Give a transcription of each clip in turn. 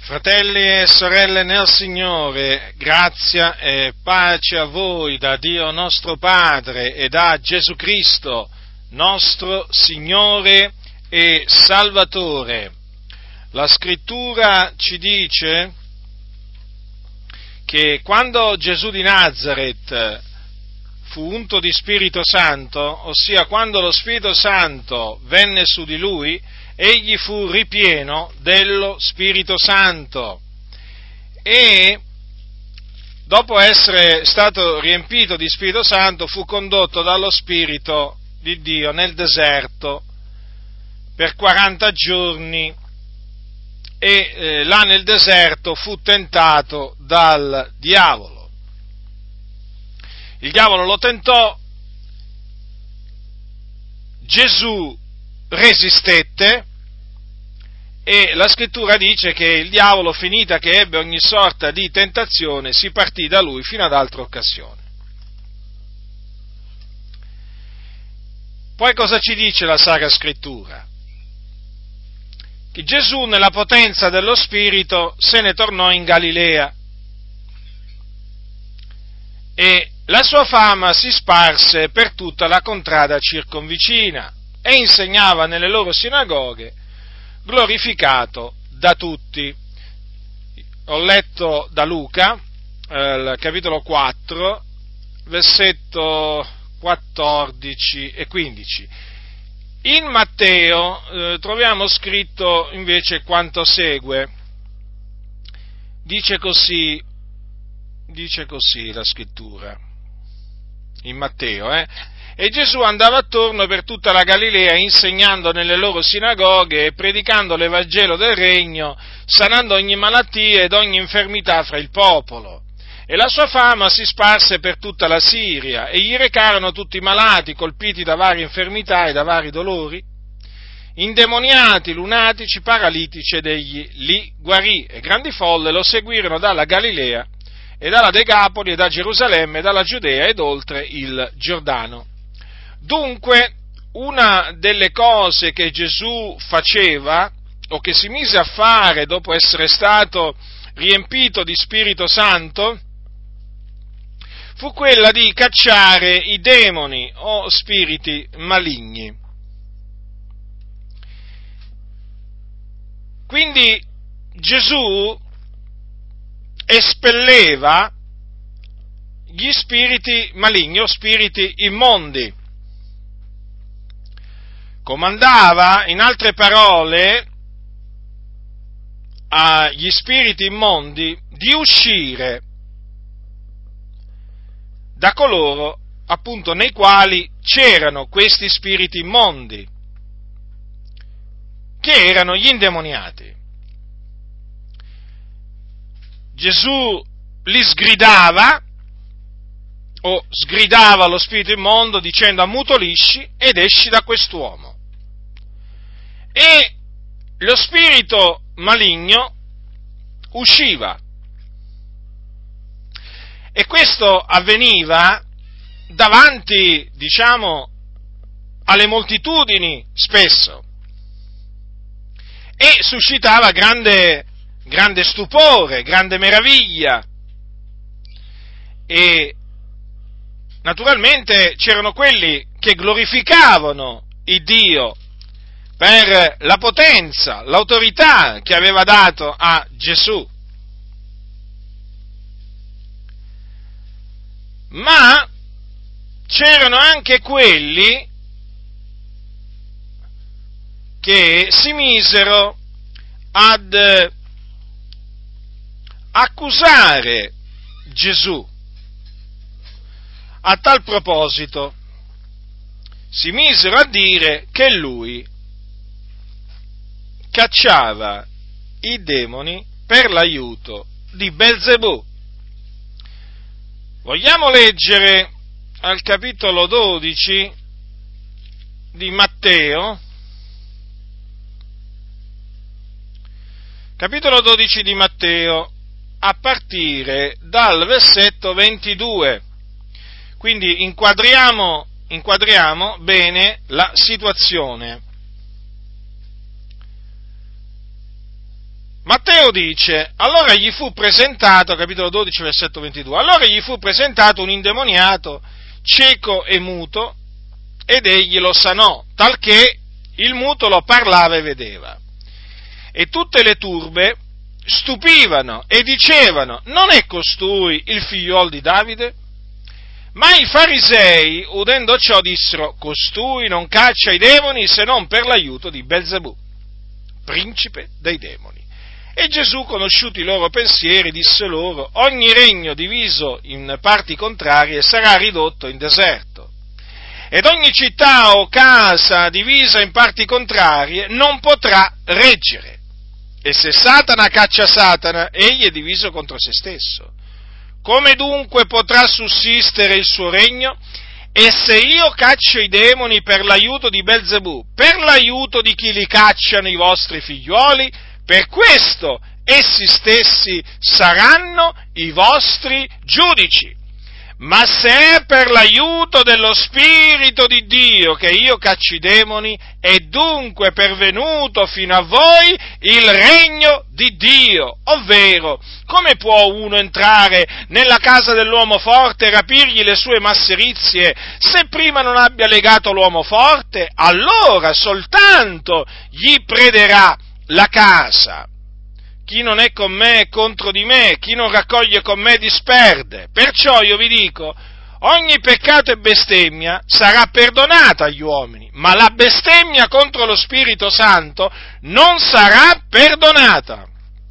Fratelli e sorelle nel Signore, grazia e pace a voi da Dio nostro Padre e da Gesù Cristo, nostro Signore e Salvatore. La Scrittura ci dice che quando Gesù di Nazaret fu unto di Spirito Santo, ossia quando lo Spirito Santo venne su di lui, egli fu ripieno dello Spirito Santo e dopo essere stato riempito di Spirito Santo fu condotto dallo Spirito di Dio nel deserto per 40 giorni e là nel deserto fu tentato dal diavolo. Il diavolo lo tentò, Gesù resistette e la Scrittura dice che il diavolo, finita che ebbe ogni sorta di tentazione, si partì da lui fino ad altra occasione. Poi cosa ci dice la Sacra Scrittura? Che Gesù, nella potenza dello Spirito, se ne tornò in Galilea e la sua fama si sparse per tutta la contrada circonvicina e insegnava nelle loro sinagoghe, glorificato da tutti. Ho letto da Luca, capitolo 4, versetto 14 e 15. In Matteo troviamo scritto invece quanto segue. Dice così la Scrittura, in Matteo, E Gesù andava attorno per tutta la Galilea, insegnando nelle loro sinagoghe e predicando l'Evangelo del Regno, sanando ogni malattia ed ogni infermità fra il popolo. E la sua fama si sparse per tutta la Siria, e gli recarono tutti i malati, colpiti da varie infermità e da vari dolori, indemoniati, lunatici, paralitici, ed egli li guarì, e grandi folle lo seguirono dalla Galilea, e dalla Decapoli, e da Gerusalemme, e dalla Giudea, ed oltre il Giordano. Dunque, una delle cose che Gesù faceva, o che si mise a fare dopo essere stato riempito di Spirito Santo, fu quella di cacciare i demoni o spiriti maligni. Quindi Gesù espelleva gli spiriti maligni o spiriti immondi. Comandava, in altre parole, agli spiriti immondi di uscire da coloro, appunto, nei quali c'erano questi spiriti immondi, che erano gli indemoniati. Gesù li sgridava, o sgridava lo spirito immondo dicendo: ammutolisci ed esci da quest'uomo. E lo spirito maligno usciva. E questo avveniva davanti, alle moltitudini spesso, e suscitava grande stupore, grande meraviglia, e naturalmente c'erano quelli che glorificavano il Dio per la potenza, l'autorità che aveva dato a Gesù. Ma c'erano anche quelli che si misero ad accusare Gesù. A tal proposito si misero a dire che lui cacciava i demoni per l'aiuto di Belzebù. Vogliamo leggere al capitolo 12 di Matteo, capitolo 12 di Matteo, a partire dal versetto 22. Quindi inquadriamo bene la situazione. Matteo dice, allora gli fu presentato, capitolo 12, versetto 22, allora gli fu presentato un indemoniato, cieco e muto, ed egli lo sanò, talché il muto lo parlava e vedeva. E tutte le turbe stupivano e dicevano, non è costui il figliuol di Davide? Ma i farisei, udendo ciò, dissero, costui non caccia i demoni se non per l'aiuto di Belzebù, principe dei demoni. E Gesù, conosciuti i loro pensieri, disse loro, ogni regno diviso in parti contrarie sarà ridotto in deserto, ed ogni città o casa divisa in parti contrarie non potrà reggere. E se Satana caccia Satana, egli è diviso contro se stesso. Come dunque potrà sussistere il suo regno? E se io caccio i demoni per l'aiuto di Belzebù, per l'aiuto di chi li cacciano i vostri figliuoli, per questo essi stessi saranno i vostri giudici. Ma se è per l'aiuto dello Spirito di Dio che io caccio i demoni, è dunque pervenuto fino a voi il regno di Dio. Ovvero, come può uno entrare nella casa dell'uomo forte e rapirgli le sue masserizie, se prima non abbia legato l'uomo forte? Allora soltanto gli prederà la casa. Chi non è con me è contro di me, chi non raccoglie con me disperde. Perciò io vi dico, ogni peccato e bestemmia sarà perdonata agli uomini, ma la bestemmia contro lo Spirito Santo non sarà perdonata.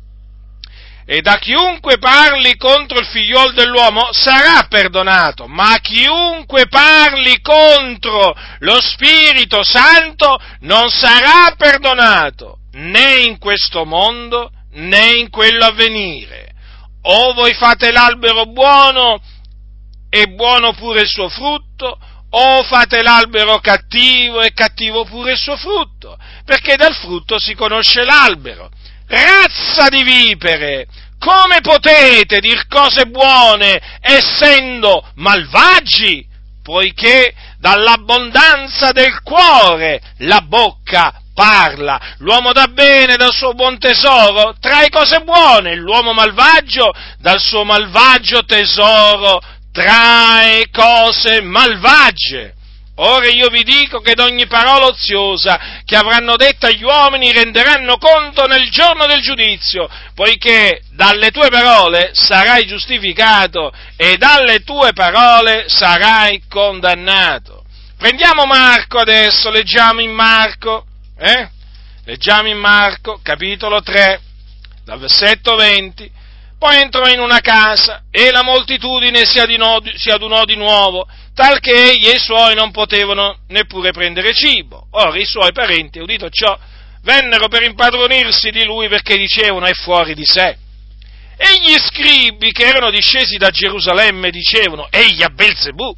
E da chiunque parli contro il figliol dell'uomo sarà perdonato, ma chiunque parli contro lo Spirito Santo non sarà perdonato, né in questo mondo, né in quello a venire. O voi fate l'albero buono, e buono pure il suo frutto, o fate l'albero cattivo, e cattivo pure il suo frutto, perché dal frutto si conosce l'albero. Razza di vipere, come potete dir cose buone essendo malvagi? Poiché dall'abbondanza del cuore la bocca parla. L'uomo dà bene dal suo buon tesoro, trae cose buone, l'uomo malvagio dal suo malvagio tesoro trae cose malvagie. Ora io vi dico che d'ogni parola oziosa che avranno detta gli uomini renderanno conto nel giorno del giudizio, poiché dalle tue parole sarai giustificato e dalle tue parole sarai condannato. Prendiamo Marco adesso, leggiamo in Marco, Leggiamo in Marco, capitolo 3, dal versetto 20. Poi entrò in una casa e la moltitudine si adunò di nuovo, talché egli e i suoi non potevano neppure prendere cibo. Ora i suoi parenti, udito ciò, vennero per impadronirsi di lui perché dicevano è fuori di sé. E gli scribi che erano discesi da Gerusalemme dicevano egli ha Belzebù,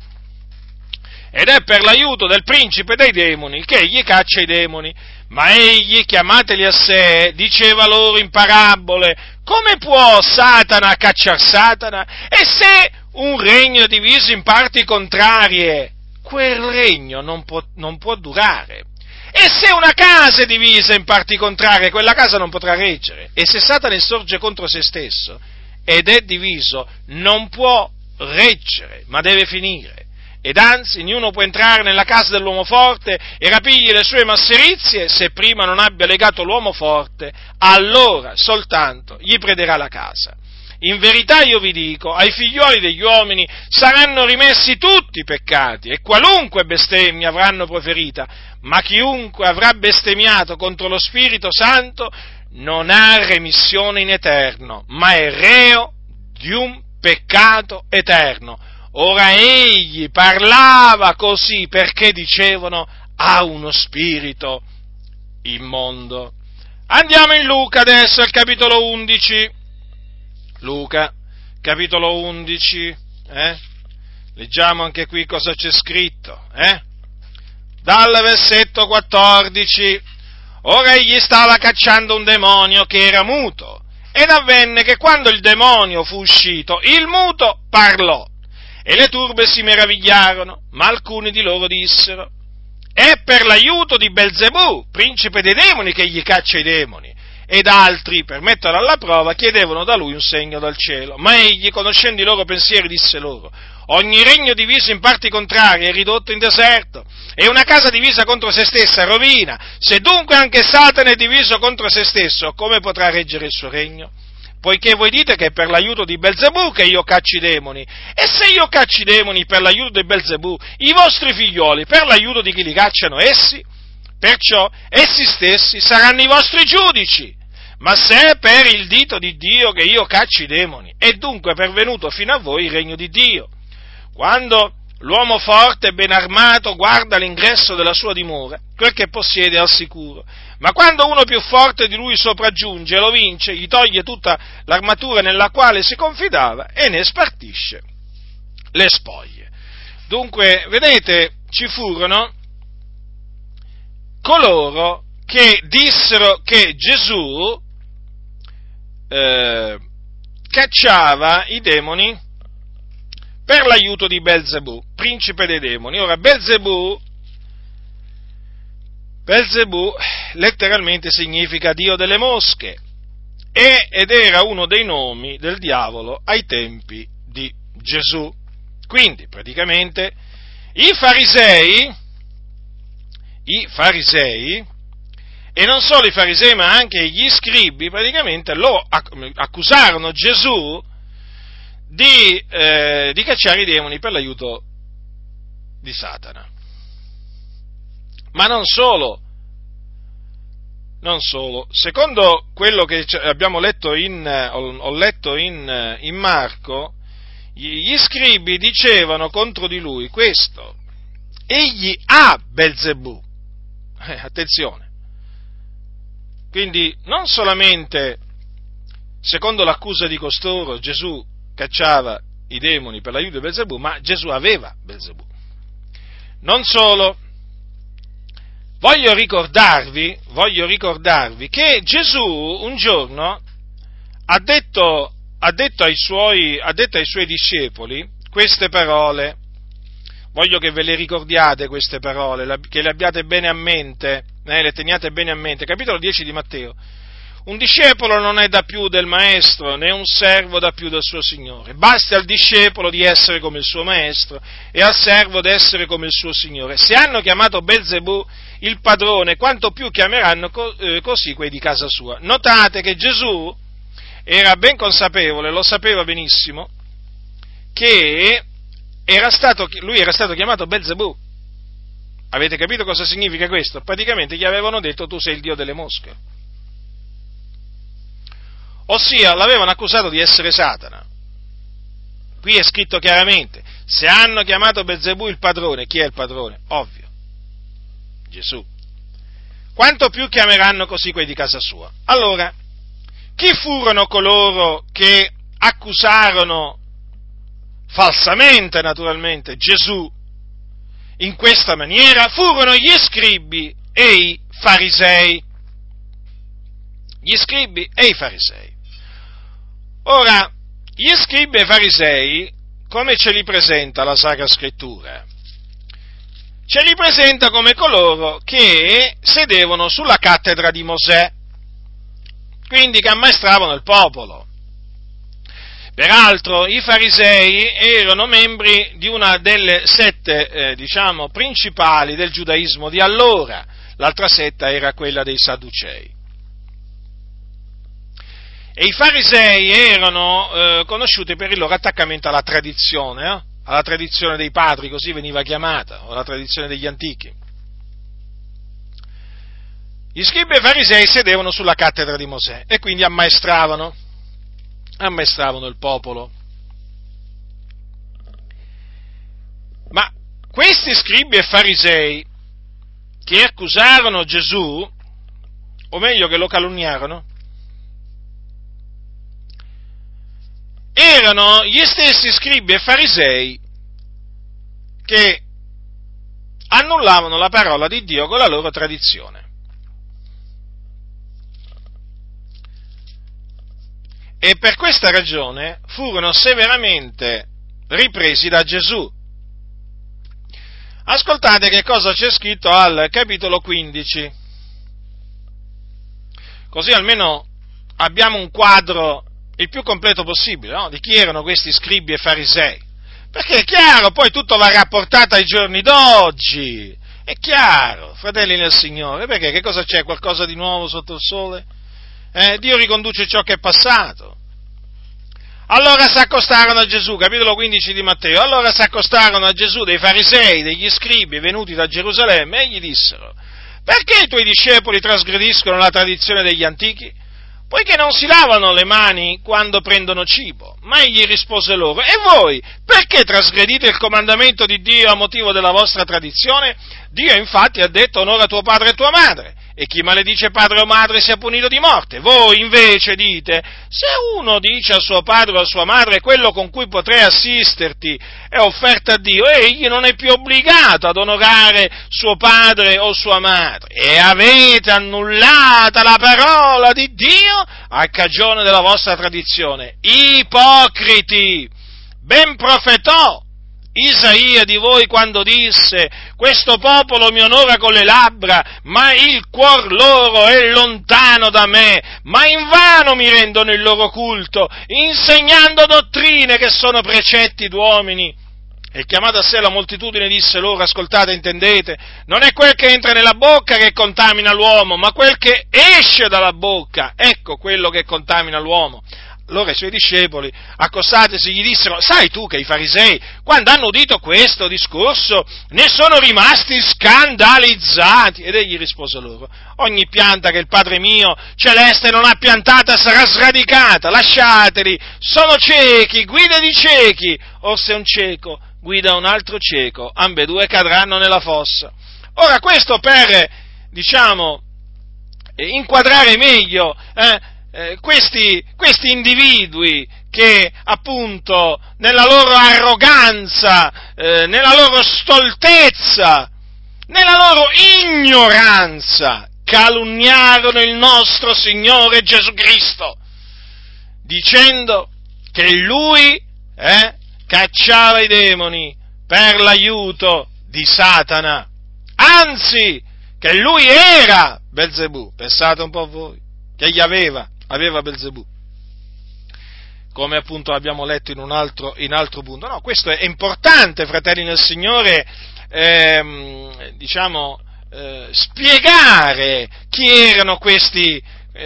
ed è per l'aiuto del principe dei demoni che egli caccia i demoni. Ma egli, chiamateli a sé, diceva loro in parabole, come può Satana cacciar Satana? E se un regno è diviso in parti contrarie, quel regno non può durare. E se una casa è divisa in parti contrarie, quella casa non potrà reggere. E se Satana insorge contro se stesso ed è diviso, non può reggere, ma deve finire. Ed anzi, niuno può entrare nella casa dell'uomo forte e rapirgli le sue masserizie se prima non abbia legato l'uomo forte, allora soltanto gli prederà la casa. In verità io vi dico, ai figlioli degli uomini saranno rimessi tutti i peccati e qualunque bestemmia avranno proferita, ma chiunque avrà bestemmiato contro lo Spirito Santo non ha remissione in eterno, ma è reo di un peccato eterno. Ora egli parlava così perché dicevano ha uno spirito immondo. Andiamo in Luca adesso, al capitolo 11. Luca, capitolo 11, Leggiamo anche qui cosa c'è scritto, Dal versetto 14. Ora egli stava cacciando un demonio che era muto, ed avvenne che quando il demonio fu uscito, il muto parlò. E le turbe si meravigliarono, ma alcuni di loro dissero, è per l'aiuto di Belzebù, principe dei demoni, che egli caccia i demoni. ed altri, per metterlo alla prova, chiedevano da lui un segno dal cielo. Ma egli, conoscendo i loro pensieri, disse loro: ogni regno diviso in parti contrarie è ridotto in deserto, e una casa divisa contro se stessa è rovina. Se dunque anche Satana è diviso contro se stesso, come potrà reggere il suo regno? Poiché voi dite che è per l'aiuto di Belzebù che io caccio i demoni, e se io caccio i demoni per l'aiuto di Belzebù, i vostri figlioli per l'aiuto di chi li cacciano essi? Perciò essi stessi saranno i vostri giudici. Ma se è per il dito di Dio che io caccio i demoni, è dunque pervenuto fino a voi il regno di Dio. Quando l'uomo forte e ben armato guarda l'ingresso della sua dimora, quel che possiede è al sicuro. Ma quando uno più forte di lui sopraggiunge e lo vince, gli toglie tutta l'armatura nella quale si confidava e ne spartisce le spoglie. Dunque, vedete, ci furono coloro che dissero che Gesù cacciava i demoni per l'aiuto di Belzebù, principe dei demoni. Ora, Belzebù letteralmente significa Dio delle mosche, ed era uno dei nomi del diavolo ai tempi di Gesù. Quindi, praticamente, i farisei, e non solo i farisei ma anche gli scribi, praticamente lo accusarono Gesù di cacciare i demoni per l'aiuto di Satana. Ma non solo, secondo quello che abbiamo letto ho letto in Marco, gli scribi dicevano contro di lui questo: egli ha Belzebù. Attenzione. Quindi non solamente secondo l'accusa di costoro Gesù cacciava i demoni per l'aiuto di Belzebù, ma Gesù aveva Belzebù. Non solo, voglio ricordarvi che Gesù un giorno ha detto ai suoi discepoli queste parole. Voglio che ve le ricordiate queste parole, che le abbiate bene a mente, le teniate bene a mente. Capitolo 10 di Matteo. Un discepolo non è da più del maestro, né un servo da più del suo signore. Basti al discepolo di essere come il suo maestro e al servo di essere come il suo signore. Se hanno chiamato Belzebù il padrone, quanto più chiameranno così quelli di casa sua. Notate che Gesù era ben consapevole, lo sapeva benissimo, che lui era stato chiamato Belzebù. Avete capito cosa significa questo? Praticamente gli avevano detto: tu sei il dio delle mosche. Ossia, l'avevano accusato di essere Satana. Qui è scritto chiaramente: se hanno chiamato Belzebù il padrone, chi è il padrone? Ovvio, Gesù. Quanto più chiameranno così quelli di casa sua. Allora, chi furono coloro che accusarono falsamente, naturalmente, Gesù in questa maniera? Furono gli scribi e i farisei. Gli scribi e i farisei. Ora, gli scribi e i farisei, come ce li presenta la Sacra Scrittura? Ce li presenta come coloro che sedevano sulla cattedra di Mosè, quindi che ammaestravano il popolo. Peraltro i farisei erano membri di una delle sette, principali del giudaismo di allora. L'altra setta era quella dei Sadducei. E i farisei erano conosciuti per il loro attaccamento alla tradizione dei padri, così veniva chiamata, o la tradizione degli antichi. Gli scribi e i farisei sedevano sulla cattedra di Mosè e quindi ammaestravano il popolo. Ma questi scribi e farisei che accusarono Gesù, o meglio che lo calunniarono, erano gli stessi scribi e farisei che annullavano la parola di Dio con la loro tradizione. E per questa ragione furono severamente ripresi da Gesù. Ascoltate che cosa c'è scritto al capitolo 15. così almeno abbiamo un quadro il più completo possibile, no? Di chi erano questi scribi e farisei. Perché è chiaro, poi tutto va rapportato ai giorni d'oggi. È chiaro, fratelli nel Signore, perché che cosa c'è? Qualcosa di nuovo sotto il sole? Dio riconduce ciò che è passato. Allora si accostarono a Gesù, capitolo 15 di Matteo, allora si accostarono a Gesù dei farisei, degli scribi venuti da Gerusalemme e gli dissero: perché i tuoi discepoli trasgrediscono la tradizione degli antichi? Poiché non si lavano le mani quando prendono cibo. Ma egli rispose loro: e voi, perché trasgredite il comandamento di Dio a motivo della vostra tradizione? Dio infatti ha detto: onora tuo padre e tua madre, e chi maledice padre o madre sia punito di morte. Voi invece dite: se uno dice a suo padre o a sua madre: quello con cui potrei assisterti è offerta a Dio, egli non è più obbligato ad onorare suo padre o sua madre. E avete annullata la parola di Dio a cagione della vostra tradizione. Ipocriti! Ben profetò Isaia di voi quando disse: questo popolo mi onora con le labbra, ma il cuor loro è lontano da me, ma invano mi rendono il loro culto, insegnando dottrine che sono precetti d'uomini. E chiamata a sé la moltitudine disse loro: ascoltate, intendete, non è quel che entra nella bocca che contamina l'uomo, ma quel che esce dalla bocca, ecco quello che contamina l'uomo. Allora i suoi discepoli, accostatisi, gli dissero: sai tu che i farisei, quando hanno udito questo discorso, ne sono rimasti scandalizzati? Ed egli rispose loro: ogni pianta che il Padre mio celeste non ha piantata sarà sradicata, lasciateli, sono ciechi, guida di ciechi, o se un cieco guida un altro cieco, ambedue cadranno nella fossa. Ora questo per, inquadrare meglio, questi individui che appunto nella loro arroganza, nella loro stoltezza, nella loro ignoranza calunniarono il nostro Signore Gesù Cristo, dicendo che Lui cacciava i demoni per l'aiuto di Satana, anzi che Lui era Belzebù. Pensate un po' voi, che egli aveva Belzebù, come appunto abbiamo letto in altro punto. No, questo è importante, fratelli nel Signore, spiegare chi erano questi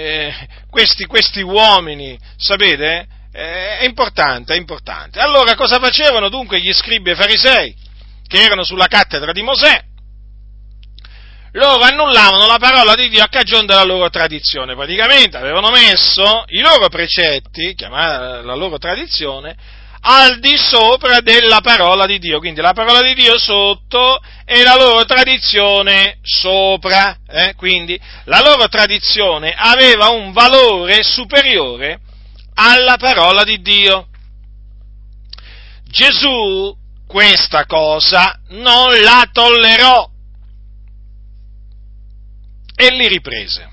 uomini, sapete? È importante. Allora, cosa facevano dunque gli scribi e farisei, che erano sulla cattedra di Mosè? Loro annullavano la parola di Dio a cagione della loro tradizione. Praticamente avevano messo i loro precetti, chiamata la loro tradizione, al di sopra della parola di Dio. Quindi la parola di Dio sotto e la loro tradizione sopra. Quindi la loro tradizione aveva un valore superiore alla parola di Dio. Gesù questa cosa non la tollerò e li riprese.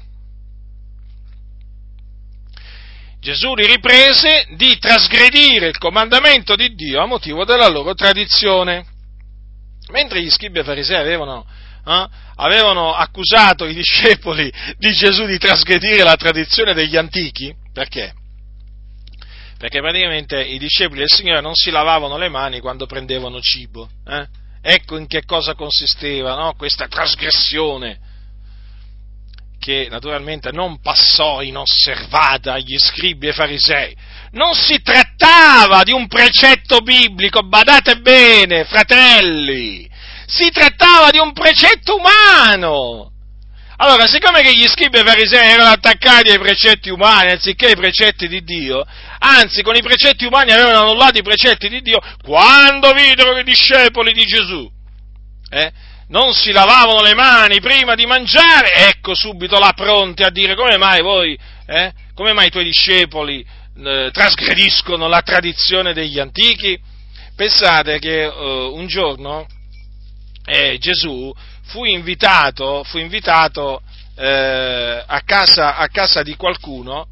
Gesù li riprese di trasgredire il comandamento di Dio a motivo della loro tradizione. Mentre gli scribi e farisei avevano accusato i discepoli di Gesù di trasgredire la tradizione degli antichi, perché? Perché praticamente i discepoli del Signore non si lavavano le mani quando prendevano cibo. Ecco in che cosa consisteva, no? Questa trasgressione, che naturalmente non passò inosservata agli scribi e farisei. Non si trattava di un precetto biblico, badate bene, fratelli, si trattava di un precetto umano. Allora, siccome che gli scribi e farisei erano attaccati ai precetti umani anziché ai precetti di Dio, anzi con i precetti umani avevano annullato i precetti di Dio, quando videro i discepoli di Gesù non si lavavano le mani prima di mangiare, ecco subito là pronti a dire: come mai voi, come mai i tuoi discepoli trasgrediscono la tradizione degli antichi? Pensate che un giorno Gesù fu invitato a casa di qualcuno,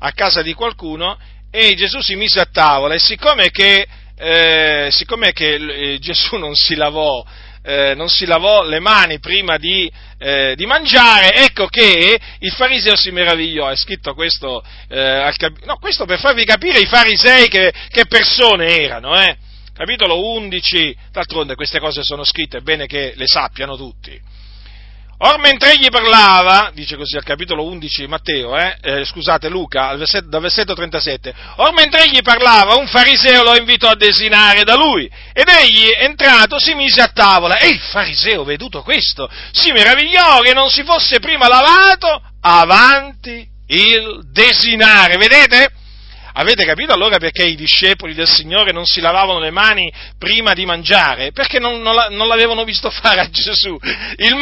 e Gesù si mise a tavola, e siccome che Gesù non si lavò non si lavò le mani prima di mangiare, ecco che il fariseo si meravigliò. È scritto questo, questo per farvi capire i farisei che persone erano, capitolo 11, d'altronde queste cose sono scritte, è bene che le sappiano tutti. Or mentre egli parlava, dice così al capitolo 11 di Matteo, Luca, dal versetto 37, or mentre egli parlava, un fariseo lo invitò a desinare da lui, ed egli, entrato, si mise a tavola, e il fariseo, veduto questo, si meravigliò che non si fosse prima lavato avanti il desinare, vedete? Avete capito allora perché i discepoli del Signore non si lavavano le mani prima di mangiare? Perché non l'avevano visto fare a Gesù. Il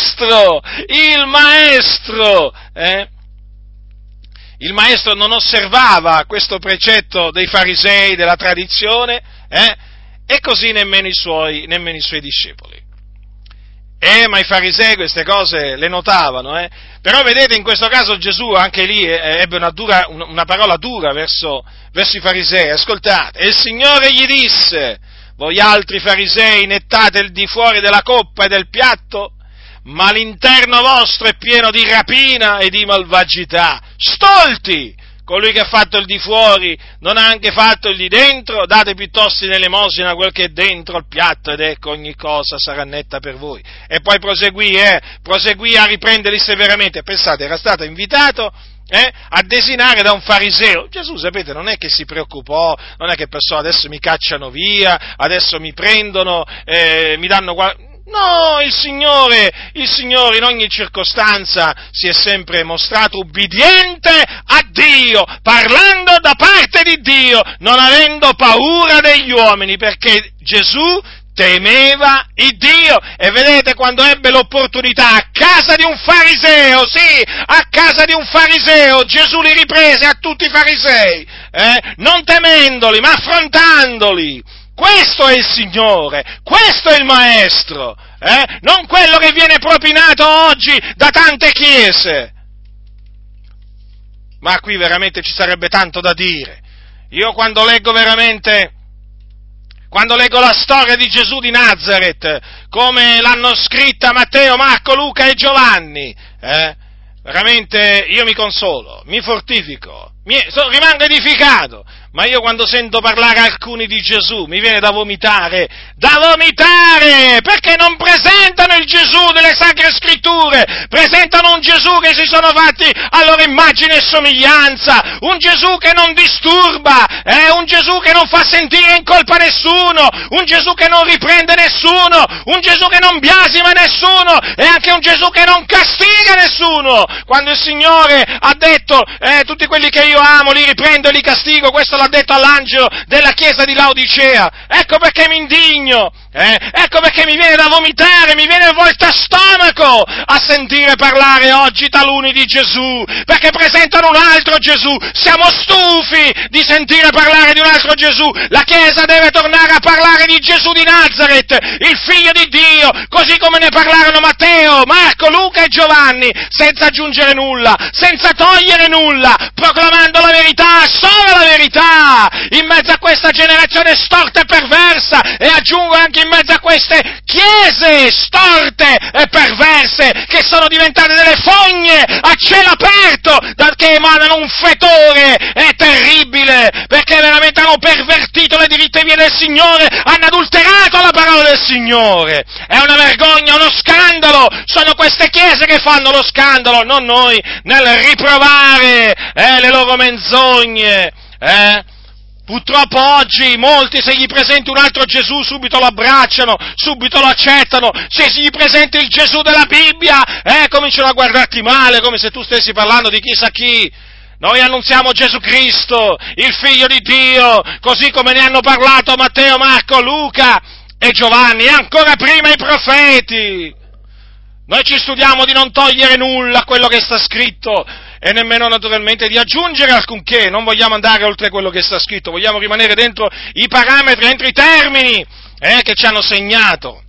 maestro non osservava questo precetto dei farisei, della tradizione, e così nemmeno i suoi discepoli. Ma i farisei queste cose le notavano, Però vedete, in questo caso Gesù anche lì ebbe una parola dura verso i farisei. Ascoltate, e il Signore gli disse: voi altri farisei nettate il di fuori della coppa e del piatto, ma l'interno vostro è pieno di rapina e di malvagità. Stolti! Colui che ha fatto il di fuori non ha anche fatto il di dentro? Date piuttosto in elemosina quel che è dentro al piatto, ed ecco ogni cosa sarà netta per voi. E poi proseguì a riprenderli severamente. Pensate, era stato invitato a desinare da un fariseo. Gesù, sapete, non è che si preoccupò, non è che pensò adesso mi cacciano via, adesso mi prendono, mi danno No, il Signore in ogni circostanza si è sempre mostrato ubbidiente a Dio, parlando da parte di Dio, non avendo paura degli uomini, perché Gesù temeva il Dio. E vedete, quando ebbe l'opportunità a casa di un fariseo, Gesù li riprese a tutti i farisei, non temendoli, ma affrontandoli. Questo è il Signore, questo è il Maestro, non quello che viene propinato oggi da tante chiese. Ma qui veramente ci sarebbe tanto da dire. Io quando leggo la storia di Gesù di Nazaret, come l'hanno scritta Matteo, Marco, Luca e Giovanni, veramente io mi consolo, mi fortifico, rimango edificato. Ma io quando sento parlare alcuni di Gesù mi viene da vomitare, perché non presentano il Gesù delle Sacre Scritture, presentano un Gesù che si sono fatti a loro immagine e somiglianza, un Gesù che non disturba, un Gesù che non fa sentire in colpa nessuno, un Gesù che non riprende nessuno, un Gesù che non biasima nessuno, e anche un Gesù che non castiga nessuno. Quando il Signore ha detto, tutti quelli che io amo li riprendo e li castigo, questo l'ha detto all'angelo della chiesa di Laodicea. Ecco perché mi indigno, ecco perché mi viene da vomitare, mi viene volta a stomaco a sentire parlare oggi taluni di Gesù, perché presentano un altro Gesù. Siamo stufi di sentire parlare di un altro Gesù. La Chiesa deve tornare a parlare di Gesù di Nazaret, il Figlio di Dio, così come ne parlarono Matteo, Marco, Luca e Giovanni, senza aggiungere nulla, senza togliere nulla, proclamando la verità, solo la verità, in mezzo a questa generazione storta e perversa, e aggiungo anche in mezzo a queste chiese storte e perverse che sono diventate delle fogne a cielo aperto, che emanano un fetore terribile, perché veramente hanno pervertito le diritte vie del Signore, hanno adulterato la parola del Signore. È una vergogna, uno scandalo. Sono queste chiese che fanno lo scandalo, non noi, nel riprovare le loro menzogne. Purtroppo oggi molti, se gli presenti un altro Gesù, subito lo abbracciano, subito lo accettano. Se gli presenti il Gesù della Bibbia, cominciano a guardarti male, come se tu stessi parlando di chissà chi. Noi annunziamo Gesù Cristo, il Figlio di Dio, così come ne hanno parlato Matteo, Marco, Luca e Giovanni, e ancora prima i profeti. Noi ci studiamo di non togliere nulla a quello che sta scritto, e nemmeno naturalmente di aggiungere alcunché. Non vogliamo andare oltre quello che sta scritto, vogliamo rimanere dentro i parametri, dentro i termini che ci hanno segnato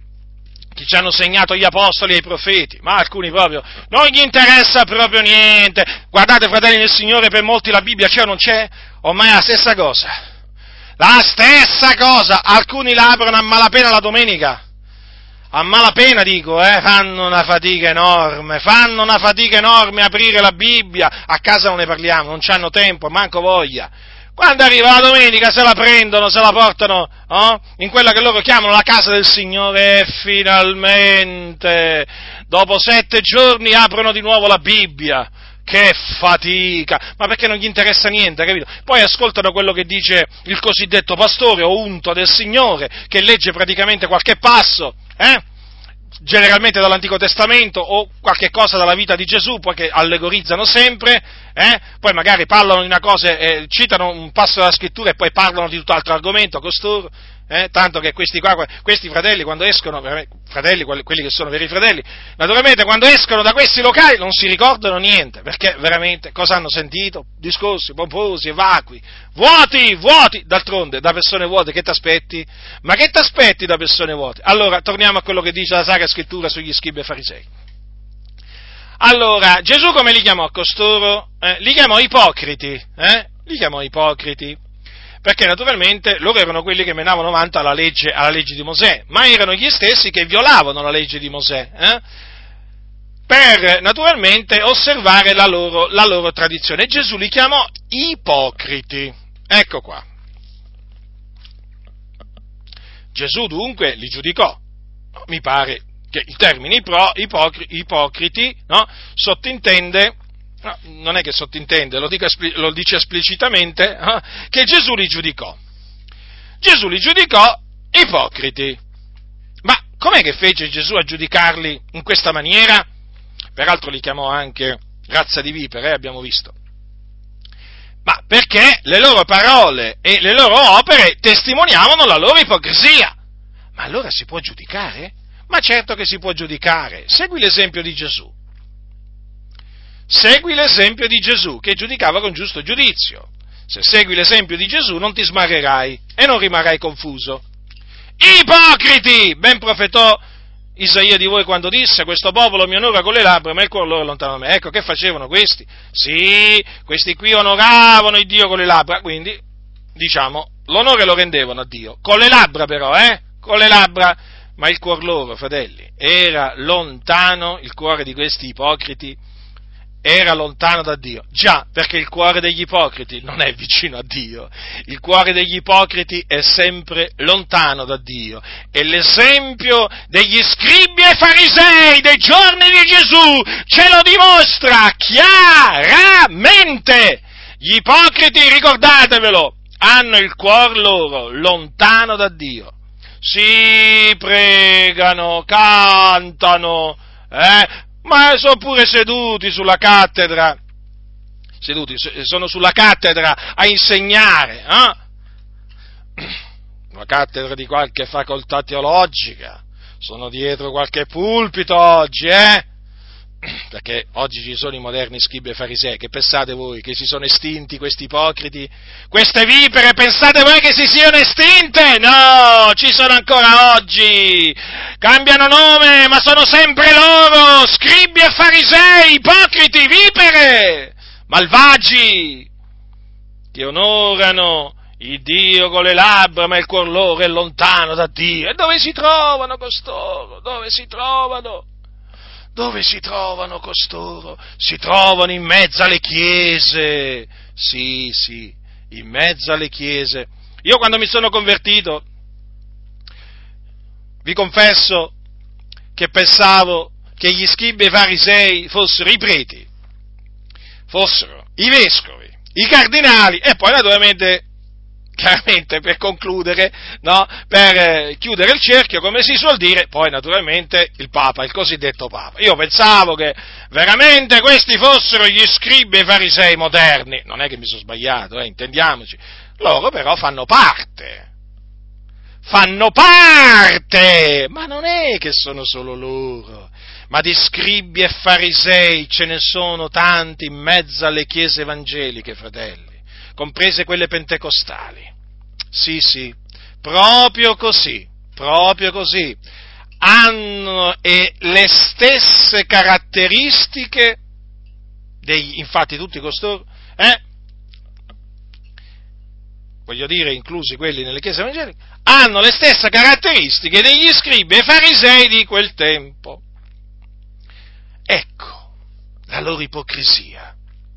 gli apostoli e i profeti. Ma alcuni proprio non gli interessa proprio niente. Guardate, fratelli del Signore, per molti la Bibbia c'è o non c'è, ormai è la stessa cosa, alcuni la aprono a malapena la domenica, a malapena dico, fanno una fatica enorme a aprire la Bibbia, a casa non ne parliamo, non c'hanno tempo, manco voglia. Quando arriva la domenica se la prendono, se la portano in quella che loro chiamano la casa del Signore e finalmente, dopo 7 giorni, aprono di nuovo la Bibbia. Che fatica! Ma perché non gli interessa niente, capito? Poi ascoltano quello che dice il cosiddetto pastore o unto del Signore, che legge praticamente qualche passo, generalmente dall'Antico Testamento o qualche cosa dalla vita di Gesù, poi che allegorizzano sempre, poi magari parlano di una cosa, citano un passo della Scrittura e poi parlano di tutt'altro argomento, costoro, tanto che questi fratelli quando escono, fratelli, quelli che sono veri fratelli, naturalmente quando escono da questi locali non si ricordano niente, perché veramente cosa hanno sentito? Discorsi pomposi e vacui, vuoti, d'altronde da persone vuote che t'aspetti? Ma che t'aspetti da persone vuote? Allora, torniamo a quello che dice la Sacra Scrittura sugli scribi e farisei. Allora, Gesù come li chiamò costoro? Li chiamò ipocriti, perché naturalmente loro erano quelli che menavano vanto alla legge di Mosè, ma erano gli stessi che violavano la legge di Mosè, per naturalmente osservare la loro tradizione. E Gesù li chiamò ipocriti. Ecco qua. Gesù dunque li giudicò. Mi pare che il termine ipocriti, no, sottintende, no, non è che sottintende, lo dice esplicitamente, che Gesù li giudicò. Gesù li giudicò ipocriti. Ma com'è che fece Gesù a giudicarli in questa maniera? Peraltro li chiamò anche razza di vipere, abbiamo visto. Ma perché le loro parole e le loro opere testimoniavano la loro ipocrisia. Ma allora si può giudicare? Ma certo che si può giudicare. Segui l'esempio di Gesù. Segui l'esempio di Gesù, che giudicava con giusto giudizio. Se segui l'esempio di Gesù non ti smarrerai e non rimarrai confuso. Ipocriti! Ben profetò Isaia di voi quando disse: questo popolo mi onora con le labbra, ma il cuore loro è lontano da me. Ecco, che facevano questi? Sì, questi qui onoravano il Dio con le labbra, quindi, diciamo, l'onore lo rendevano a Dio. Con le labbra però, con le labbra, ma il cuore loro, fratelli, era lontano, il cuore di questi ipocriti era lontano da Dio. Già, perché il cuore degli ipocriti non è vicino a Dio, il cuore degli ipocriti è sempre lontano da Dio. E l'esempio degli scribi e farisei dei giorni di Gesù ce lo dimostra chiaramente. Gli ipocriti, ricordatevelo, hanno il cuore loro lontano da Dio. Si pregano, cantano, ma sono pure seduti sulla cattedra, sono sulla cattedra a insegnare, una cattedra di qualche facoltà teologica, sono dietro qualche pulpito oggi, perché oggi ci sono i moderni scribi e farisei, che pensate voi che si sono estinti questi ipocriti? Queste vipere pensate voi che si siano estinte? No, ci sono ancora oggi, cambiano nome, ma sono sempre loro, scribi e farisei, ipocriti, vipere, malvagi, che onorano il Dio con le labbra, ma il cuor loro è lontano da Dio. E dove si trovano costoro? Dove si trovano costoro? Si trovano in mezzo alle chiese, sì, in mezzo alle chiese. Io quando mi sono convertito, vi confesso che pensavo che gli scribi e i farisei fossero i preti, fossero i vescovi, i cardinali e poi naturalmente, chiaramente per concludere, no, per chiudere il cerchio, come si suol dire, poi naturalmente il Papa, il cosiddetto Papa. Io pensavo che veramente questi fossero gli scribi e farisei moderni, non è che mi sono sbagliato, intendiamoci, loro però fanno parte, ma non è che sono solo loro, ma di scribi e farisei ce ne sono tanti in mezzo alle chiese evangeliche, fratelli, comprese quelle pentecostali. Sì, proprio così, hanno le stesse caratteristiche infatti tutti costoro, voglio dire inclusi quelli nelle chiese evangeliche, hanno le stesse caratteristiche degli scribi e farisei di quel tempo. Ecco la loro ipocrisia.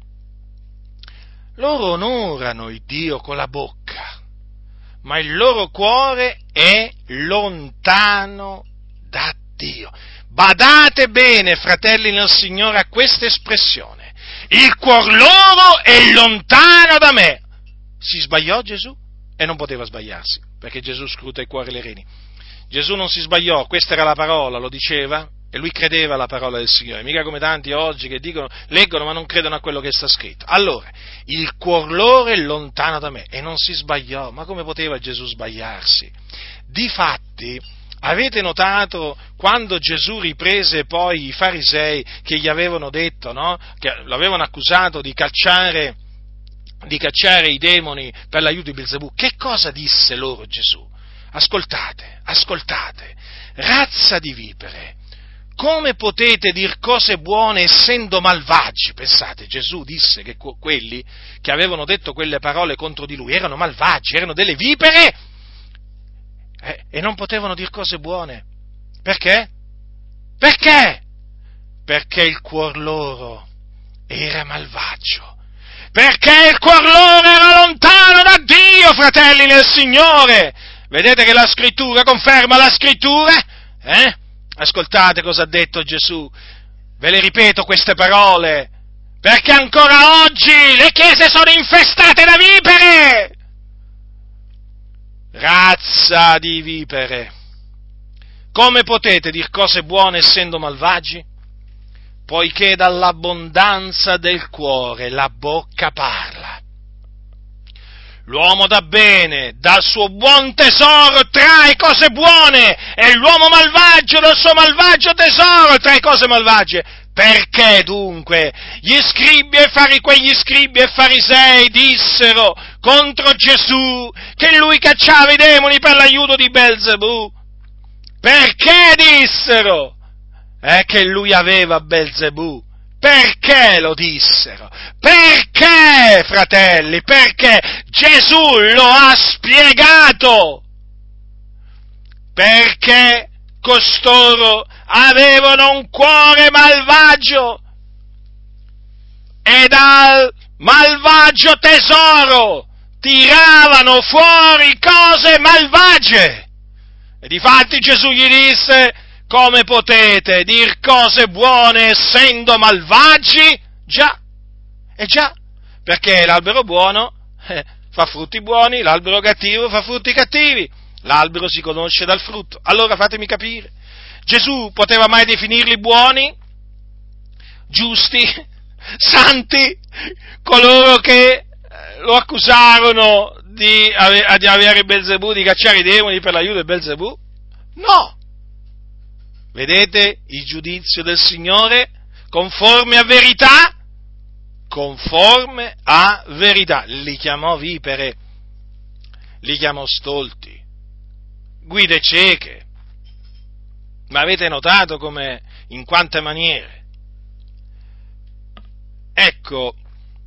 Loro onorano il Dio con la bocca, ma il loro cuore è lontano da Dio. Badate bene, fratelli nel Signore, a questa espressione. Il cuor loro è lontano da me. Si sbagliò Gesù? E non poteva sbagliarsi, perché Gesù scruta i cuori e le reni. Gesù non si sbagliò, questa era la parola, lo diceva, e lui credeva alla parola del Signore, mica come tanti oggi che dicono, leggono ma non credono a quello che sta scritto. Allora, il cuor loro è lontano da me, e non si sbagliò. Ma come poteva Gesù sbagliarsi? Difatti, avete notato quando Gesù riprese poi i farisei che gli avevano detto, no? Che l'avevano accusato di cacciare i demoni per l'aiuto di Belzebù, che cosa disse loro Gesù? Ascoltate, razza di vipere, come potete dir cose buone essendo malvagi? Pensate, Gesù disse che quelli che avevano detto quelle parole contro di lui erano malvagi, erano delle vipere, e non potevano dir cose buone. Perché? Perché il cuor loro era malvagio. Perché il cuor loro era lontano da Dio, fratelli nel Signore. Vedete che la Scrittura conferma la Scrittura? Ascoltate cosa ha detto Gesù. Ve le ripeto queste parole, perché ancora oggi le chiese sono infestate da vipere. Razza di vipere. Come potete dir cose buone essendo malvagi? Poiché dall'abbondanza del cuore la bocca parla. L'uomo da bene, dal suo buon tesoro trae cose buone, e l'uomo malvagio dal suo malvagio tesoro trae cose malvagie. Perché dunque quegli scribi e farisei dissero contro Gesù che lui cacciava i demoni per l'aiuto di Belzebù? Perché dissero? Che lui aveva Belzebù. Perché lo dissero? Perché, fratelli? Perché Gesù lo ha spiegato. Perché costoro avevano un cuore malvagio e dal malvagio tesoro tiravano fuori cose malvagie. E difatti Gesù gli disse: come potete dir cose buone essendo malvagi? Già, perché l'albero buono fa frutti buoni, l'albero cattivo fa frutti cattivi, l'albero si conosce dal frutto. Allora fatemi capire, Gesù poteva mai definirli buoni, giusti, santi, coloro che lo accusarono di avere Belzebù, di cacciare i demoni per l'aiuto di Belzebù? No! Vedete il giudizio del Signore? Conforme a verità? Conforme a verità. Li chiamò vipere, li chiamò stolti, guide cieche. Ma avete notato come, in quante maniere? Ecco,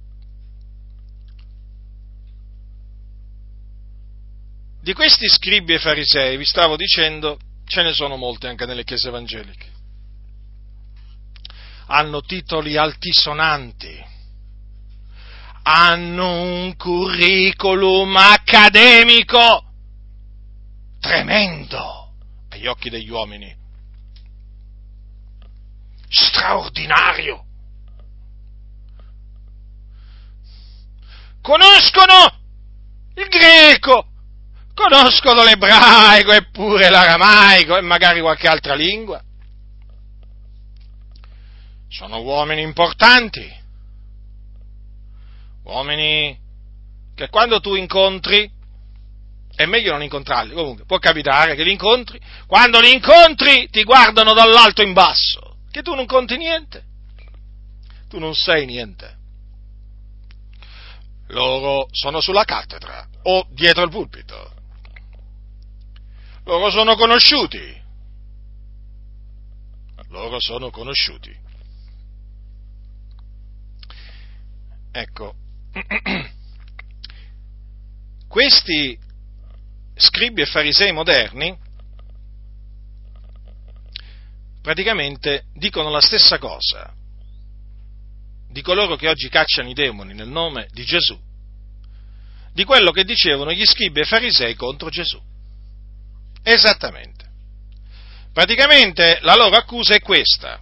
di questi scribi e farisei, vi stavo dicendo, ce ne sono molte anche nelle chiese evangeliche. Hanno titoli altisonanti, hanno un curriculum accademico tremendo agli occhi degli uomini, straordinario. Conoscono il greco, conoscono l'ebraico e pure l'aramaico e magari qualche altra lingua. Sono uomini importanti, uomini che quando tu incontri, è meglio non incontrarli, comunque può capitare che li incontri, quando li incontri ti guardano dall'alto in basso, che tu non conti niente, tu non sei niente. Loro sono sulla cattedra o dietro il pulpito. Loro sono conosciuti. Ecco, questi scribi e farisei moderni praticamente dicono la stessa cosa di coloro che oggi cacciano i demoni nel nome di Gesù, di quello che dicevano gli scribi e farisei contro Gesù. Esattamente. Praticamente la loro accusa è questa.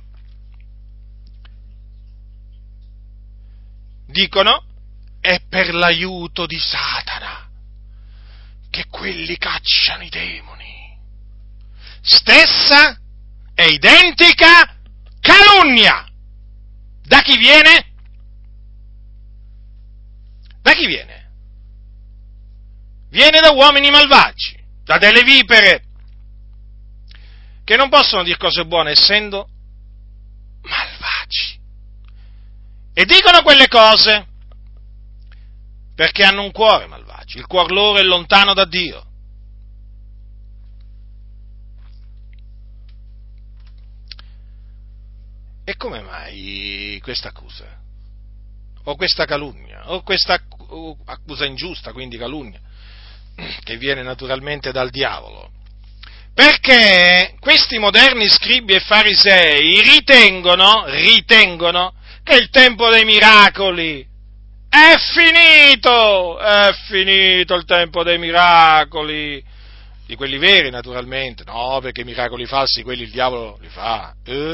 Dicono: è per l'aiuto di Satana che quelli cacciano i demoni. Stessa e identica calunnia. Da chi viene? Da chi viene? Viene da uomini malvagi, da delle vipere, che non possono dire cose buone essendo malvagi. E dicono quelle cose perché hanno un cuore malvagio, il cuore loro è lontano da Dio. E come mai questa accusa? O questa calunnia? O questa accusa ingiusta, quindi calunnia, che viene naturalmente dal diavolo? Perché questi moderni scribi e farisei ritengono che il tempo dei miracoli è finito il tempo dei miracoli, di quelli veri naturalmente, no, perché i miracoli falsi, quelli il diavolo li fa,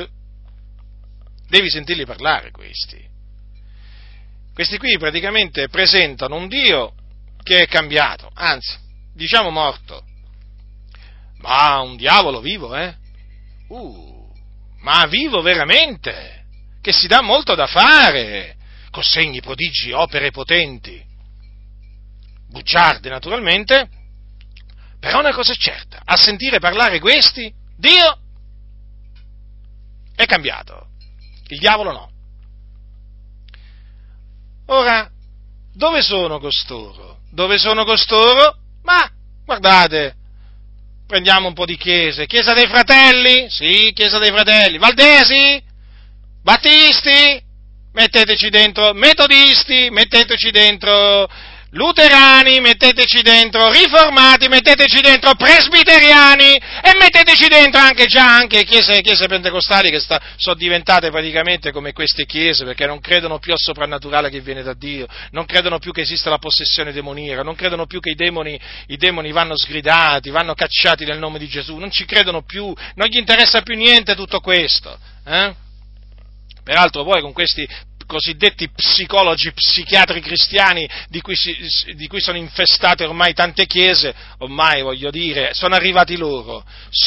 Devi sentirli parlare questi qui praticamente presentano un Dio che è cambiato, anzi, diciamo morto, ma un diavolo vivo, ma vivo veramente, che si dà molto da fare, con segni, prodigi, opere potenti, bugiarde naturalmente, però una cosa è certa, a sentire parlare questi, Dio è cambiato, il diavolo no. Ora, dove sono costoro? Ma, guardate, prendiamo un po' di chiese, Chiesa dei Fratelli? Sì, Chiesa dei Fratelli, Valdesi? Battisti? Metteteci dentro, Metodisti? Metteteci dentro, Luterani? Metteteci dentro, Riformati? Metteteci dentro, Presbiteriani? E metteteci dentro anche chiese pentecostali che sono diventate praticamente come queste chiese, perché non credono più al soprannaturale che viene da Dio, non credono più che esista la possessione demoniaca, non credono più che i demoni vanno sgridati, vanno cacciati nel nome di Gesù, non ci credono più, non gli interessa più niente tutto questo, Peraltro poi con questi cosiddetti psicologi, psichiatri cristiani di cui sono infestate ormai tante chiese, ormai voglio dire, sono arrivati loro,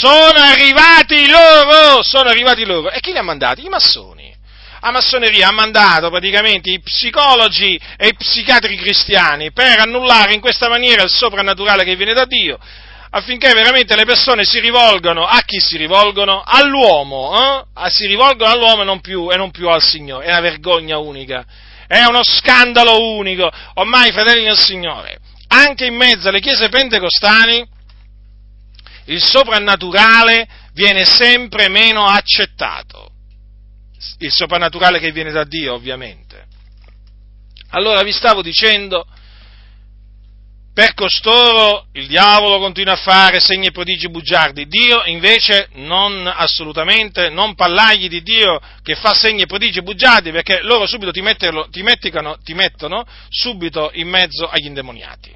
e chi li ha mandati? I massoni. La massoneria ha mandato praticamente i psicologi e i psichiatri cristiani per annullare in questa maniera il soprannaturale che viene da Dio, affinché veramente le persone si rivolgano, a chi si rivolgono? All'uomo, si rivolgono all'uomo e non più al Signore. È una vergogna unica, è uno scandalo unico. Ormai, fratelli del Signore, anche in mezzo alle chiese pentecostali, il soprannaturale viene sempre meno accettato. Il soprannaturale che viene da Dio, ovviamente. Allora, vi stavo dicendo, per costoro il diavolo continua a fare segni e prodigi bugiardi, Dio invece assolutamente non parlargli di Dio che fa segni e prodigi bugiardi, perché loro subito ti mettono subito in mezzo agli indemoniati.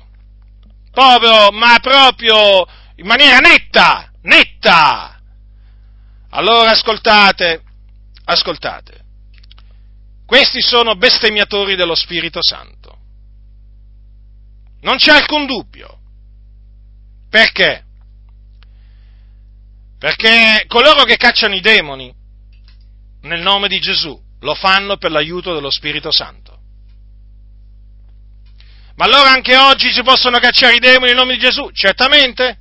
Proprio in maniera netta! Allora ascoltate, questi sono bestemmiatori dello Spirito Santo. Non c'è alcun dubbio. Perché? Perché coloro che cacciano i demoni nel nome di Gesù lo fanno per l'aiuto dello Spirito Santo. Ma allora anche oggi si possono cacciare i demoni nel nome di Gesù? Certamente.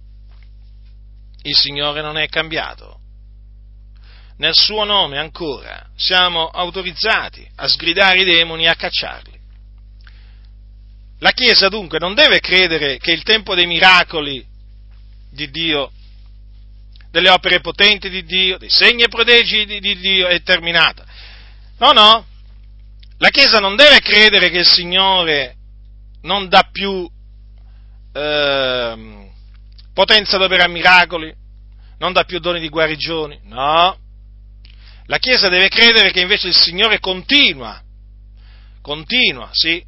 Il Signore non è cambiato. Nel suo nome ancora siamo autorizzati a sgridare i demoni e a cacciarli. La Chiesa dunque non deve credere che il tempo dei miracoli di Dio, delle opere potenti di Dio, dei segni e prodigi di Dio è terminato. No, la Chiesa non deve credere che il Signore non dà più potenza ad operare miracoli, non dà più doni di guarigioni, no. La Chiesa deve credere che invece il Signore continua, sì,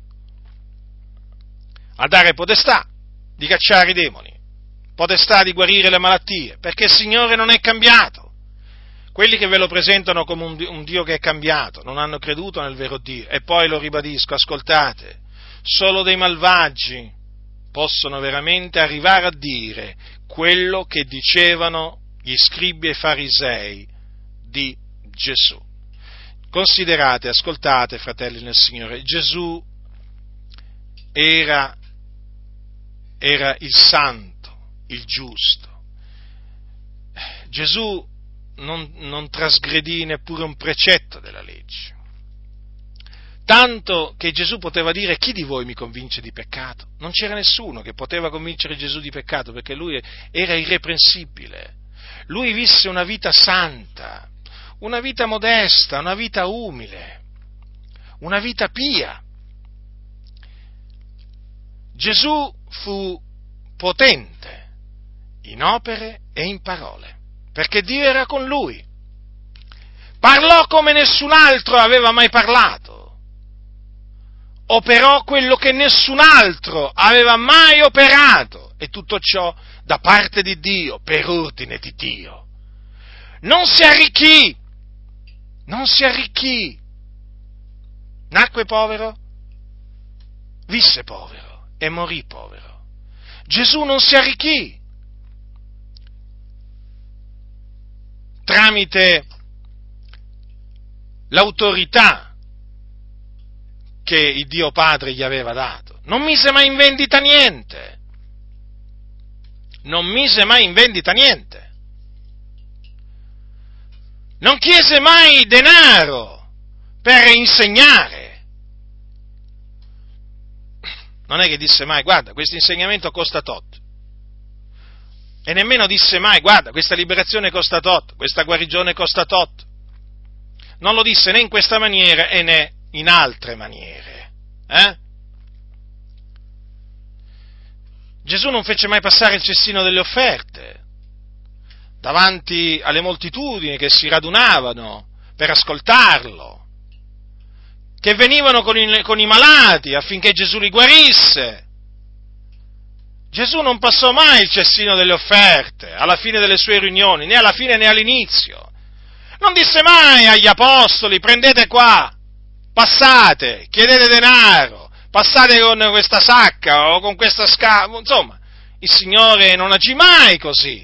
a dare potestà di cacciare i demoni, potestà di guarire le malattie, perché il Signore non è cambiato. Quelli che ve lo presentano come un Dio che è cambiato non hanno creduto nel vero Dio. E poi lo ribadisco, ascoltate, solo dei malvagi possono veramente arrivare a dire quello che dicevano gli scribi e farisei di Gesù. Considerate, ascoltate, fratelli nel Signore, Gesù era il santo, il giusto. Gesù non trasgredì neppure un precetto della legge. Tanto che Gesù poteva dire: chi di voi mi convince di peccato? Non c'era nessuno che poteva convincere Gesù di peccato, perché lui era irreprensibile. Lui visse una vita santa, una vita modesta, una vita umile, una vita pia. Gesù fu potente in opere e in parole, perché Dio era con lui. Parlò come nessun altro aveva mai parlato. Operò quello che nessun altro aveva mai operato, e tutto ciò da parte di Dio, per ordine di Dio. Non si arricchì. Nacque povero, visse povero e morì povero. Gesù non si arricchì. Tramite l'autorità che il Dio Padre gli aveva dato. Non mise mai in vendita niente. Non chiese mai denaro per insegnare. Non è che disse mai: guarda, questo insegnamento costa tot. E nemmeno disse mai: guarda, questa liberazione costa tot, questa guarigione costa tot. Non lo disse né in questa maniera né in altre maniere. Gesù non fece mai passare il cestino delle offerte davanti alle moltitudini che si radunavano per ascoltarlo, che venivano con i malati affinché Gesù li guarisse. Gesù non passò mai il cestino delle offerte alla fine delle sue riunioni, né alla fine né all'inizio. Non disse mai agli apostoli: prendete qua, passate, chiedete denaro, passate con questa sacca o con questa scatola. Insomma, il Signore non agì mai così.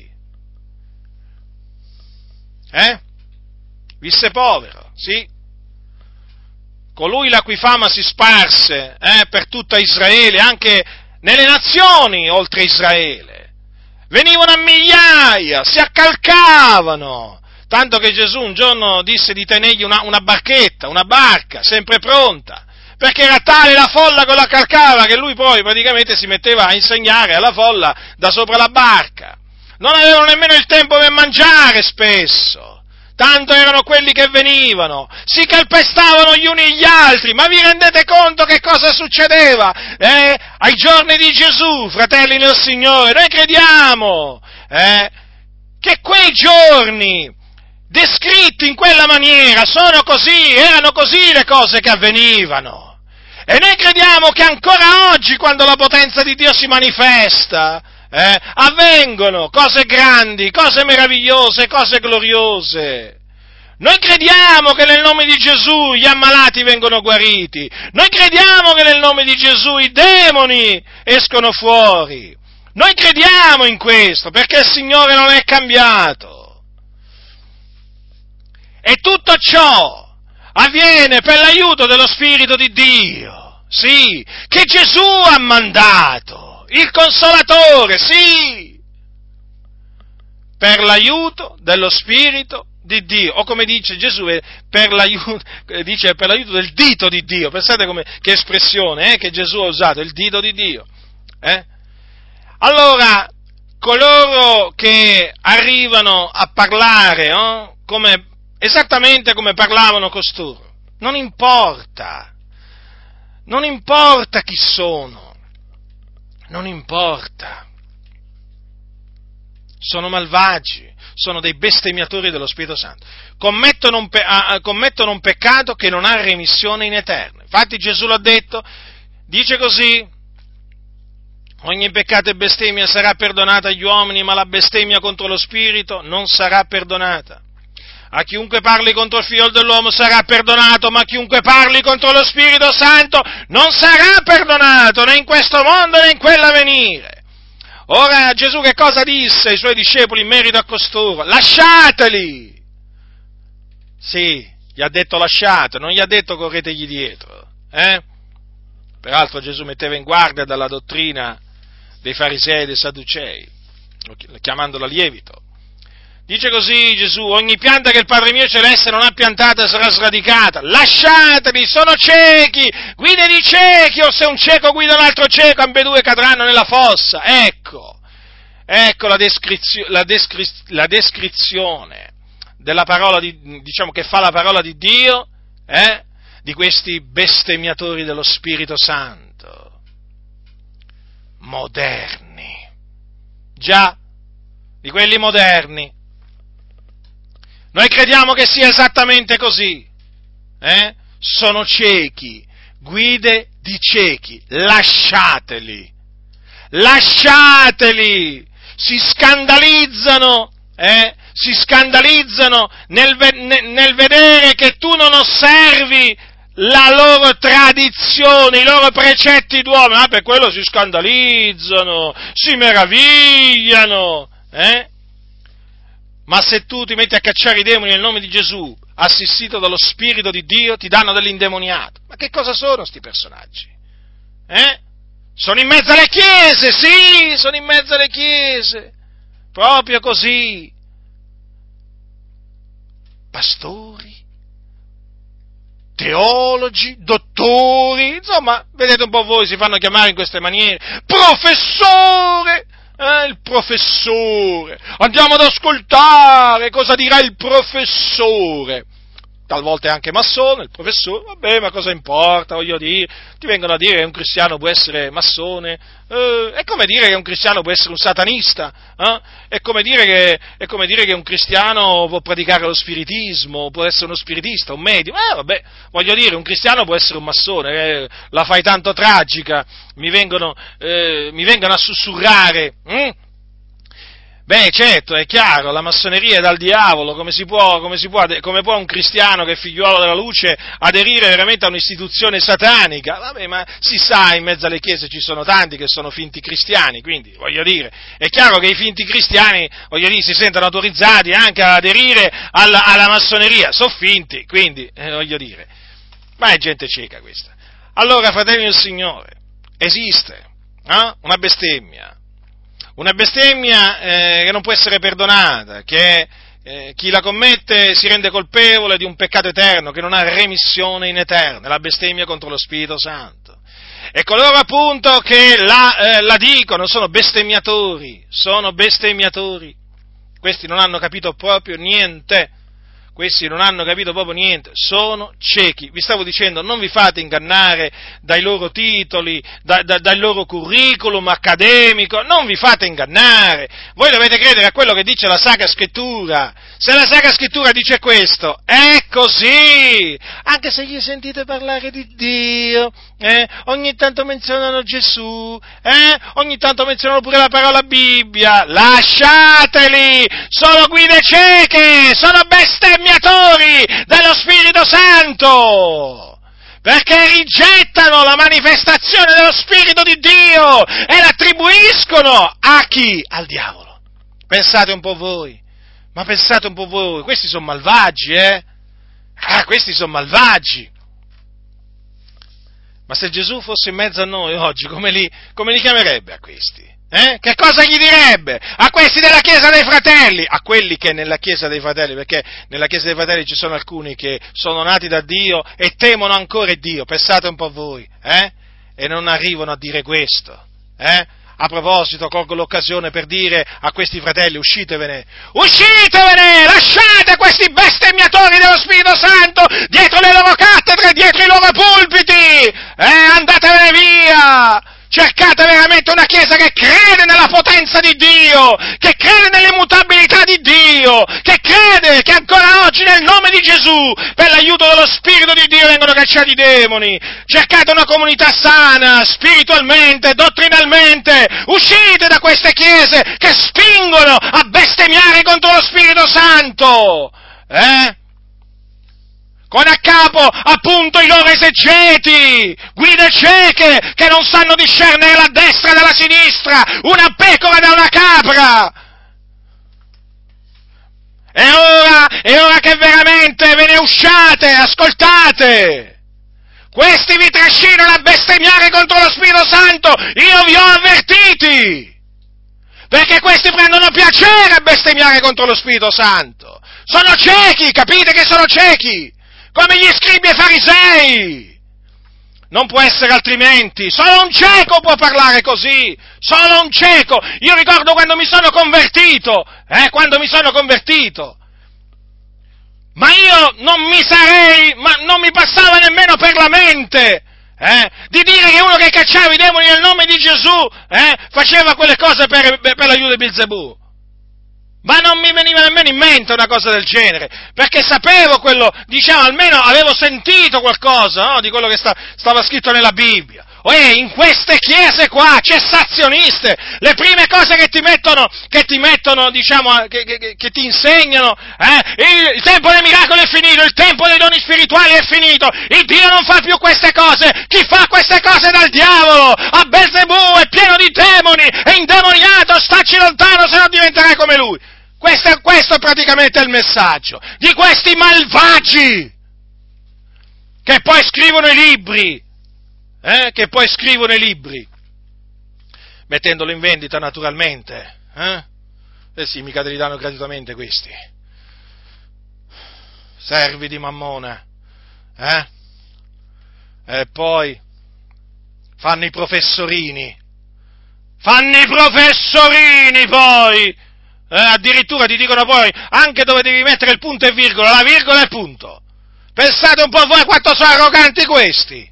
Visse povero, sì. Colui la cui fama si sparse per tutta Israele, anche nelle nazioni oltre Israele. Venivano a migliaia, si accalcavano, tanto che Gesù un giorno disse di tenergli una barca, sempre pronta, perché era tale la folla che lo accalcava che lui poi praticamente si metteva a insegnare alla folla da sopra la barca. Non avevano nemmeno il tempo per mangiare spesso, tanto erano quelli che venivano, si calpestavano gli uni gli altri. Ma vi rendete conto che cosa succedeva ai giorni di Gesù, fratelli nel Signore? Noi crediamo che quei giorni descritti in quella maniera erano così le cose che avvenivano. E noi crediamo che ancora oggi, quando la potenza di Dio si manifesta, avvengono cose grandi, cose meravigliose, cose gloriose. Noi crediamo che nel nome di Gesù gli ammalati vengono guariti. Noi crediamo che nel nome di Gesù i demoni escono fuori. Noi crediamo in questo, perché il Signore non è cambiato. E tutto ciò avviene per l'aiuto dello Spirito di Dio, sì, che Gesù ha mandato. Il Consolatore, sì, per l'aiuto dello Spirito di Dio, o come dice Gesù, per l'aiuto del dito di Dio. Pensate che espressione che Gesù ha usato, il dito di Dio. Allora, coloro che arrivano a parlare esattamente come parlavano costoro, non importa chi sono. Non importa. Sono malvagi, sono dei bestemmiatori dello Spirito Santo. Commettono un peccato che non ha remissione in eterno. Infatti Gesù l'ha detto, dice così: ogni peccato e bestemmia sarà perdonata agli uomini, ma la bestemmia contro lo Spirito non sarà perdonata. A chiunque parli contro il Figlio dell'uomo sarà perdonato, ma chiunque parli contro lo Spirito Santo non sarà perdonato, né in questo mondo né in quello a venire. Ora Gesù che cosa disse ai suoi discepoli in merito a costoro? Lasciateli! Sì, gli ha detto lasciate, non gli ha detto corretegli dietro. Peraltro Gesù metteva in guardia dalla dottrina dei farisei e dei sadducei, chiamandola lievito. Dice così Gesù: ogni pianta che il Padre mio celeste non ha piantata sarà sradicata. Lasciateli, sono ciechi, guide di ciechi, o se un cieco guida un altro cieco, ambedue cadranno nella fossa. Ecco la descrizione della parola che fa la parola di Dio, di questi bestemmiatori dello Spirito Santo. Moderni. Già, di quelli moderni. Noi crediamo che sia esattamente così. Sono ciechi, guide di ciechi. Lasciateli. Si scandalizzano nel vedere che tu non osservi la loro tradizione, i loro precetti d'uomo. Per quello si scandalizzano, si meravigliano, Ma se tu ti metti a cacciare i demoni nel nome di Gesù, assistito dallo Spirito di Dio, ti danno dell'indemoniato. Ma che cosa sono sti personaggi? Sono in mezzo alle chiese, sì, sono in mezzo alle chiese, proprio così. Pastori, teologi, dottori, insomma, vedete un po' voi, si fanno chiamare in queste maniere, professore, il professore, andiamo ad ascoltare cosa dirà il professore. Talvolta è anche massone, il professore, vabbè, ma cosa importa, voglio dire, ti vengono a dire che un cristiano può essere massone, è come dire che un cristiano può essere un satanista, è come dire che un cristiano può praticare lo spiritismo, può essere uno spiritista, un medico, vabbè, voglio dire, un cristiano può essere un massone, la fai tanto tragica, mi vengono a sussurrare, Beh, certo, è chiaro, la massoneria è dal diavolo, come può un cristiano che è figliuolo della luce aderire veramente a un'istituzione satanica? Vabbè, ma si sa, in mezzo alle chiese ci sono tanti che sono finti cristiani, quindi, voglio dire, è chiaro che i finti cristiani, si sentono autorizzati anche ad aderire alla massoneria, sono finti, quindi, voglio dire, ma è gente cieca questa. Allora, fratelli del Signore, esiste, una bestemmia che non può essere perdonata, che chi la commette si rende colpevole di un peccato eterno che non ha remissione in eterno, la bestemmia contro lo Spirito Santo. E coloro appunto che la dicono sono bestemmiatori, questi non hanno capito proprio niente. Sono ciechi. Vi stavo dicendo, non vi fate ingannare dai loro titoli, dal loro curriculum accademico, non vi fate ingannare. Voi dovete credere a quello che dice la Sacra Scrittura. Se la Sacra Scrittura dice questo, è così. Anche se gli sentite parlare di Dio, ogni tanto menzionano Gesù, ogni tanto menzionano pure la parola Bibbia, lasciateli, sono guide cieche, sono bestemmiatori dello Spirito Santo, perché rigettano la manifestazione dello Spirito di Dio e l'attribuiscono a chi? Al diavolo. Pensate un po' voi, questi sono malvagi, questi sono malvagi. Ma se Gesù fosse in mezzo a noi oggi, come li chiamerebbe a questi? Che cosa gli direbbe? A questi della Chiesa dei Fratelli? A quelli che nella Chiesa dei Fratelli, perché nella Chiesa dei Fratelli ci sono alcuni che sono nati da Dio e temono ancora Dio, pensate un po' voi, e non arrivano a dire questo, A proposito, colgo l'occasione per dire a questi fratelli, uscitevene, lasciate questi bestemmiatori dello Spirito Santo dietro le loro cattedre, dietro i loro pulpiti, andatevene via, Cercate veramente una Chiesa che crede nella potenza di Dio, che crede nell'immutabilità di Dio, che crede che ancora oggi nel nome di Gesù, per l'aiuto dello Spirito di Dio, vengono cacciati i demoni. Cercate una comunità sana, spiritualmente, dottrinalmente. Uscite da queste Chiese che spingono a bestemmiare contro lo Spirito Santo. Con a capo appunto i loro esegeti, guide cieche che non sanno discernere la destra dalla sinistra, una pecora da una capra. È ora che veramente ve ne usciate, ascoltate. Questi vi trascinano a bestemmiare contro lo Spirito Santo, io vi ho avvertiti. Perché questi prendono piacere a bestemmiare contro lo Spirito Santo. Sono ciechi, capite che sono ciechi? Come gli scribi e farisei! Non può essere altrimenti, solo un cieco può parlare così, solo un cieco! Io ricordo quando mi sono convertito, ma io non mi passava nemmeno per la mente, di dire che uno che cacciava i demoni nel nome di Gesù, faceva quelle cose per l'aiuto di Belzebù. Ma non mi veniva nemmeno in mente una cosa del genere, perché sapevo quello, almeno avevo sentito qualcosa, no, di quello che stava scritto nella Bibbia. In queste chiese qua, cessazioniste, le prime cose che ti mettono, che ti insegnano, il tempo dei miracoli è finito, il tempo dei doni spirituali è finito, il Dio non fa più queste cose, chi fa queste cose dal diavolo, a Belzebù è pieno di demoni, è indemoniato, stacci lontano se non diventerai come lui. Questo praticamente è il messaggio di questi malvagi che poi scrivono i libri, mettendolo in vendita naturalmente, sì, mica te li danno gratuitamente questi, servi di Mammona, e poi fanno i professorini poi, addirittura ti dicono poi anche dove devi mettere il punto e virgola, la virgola e il punto. Pensate un po' voi quanto sono arroganti questi,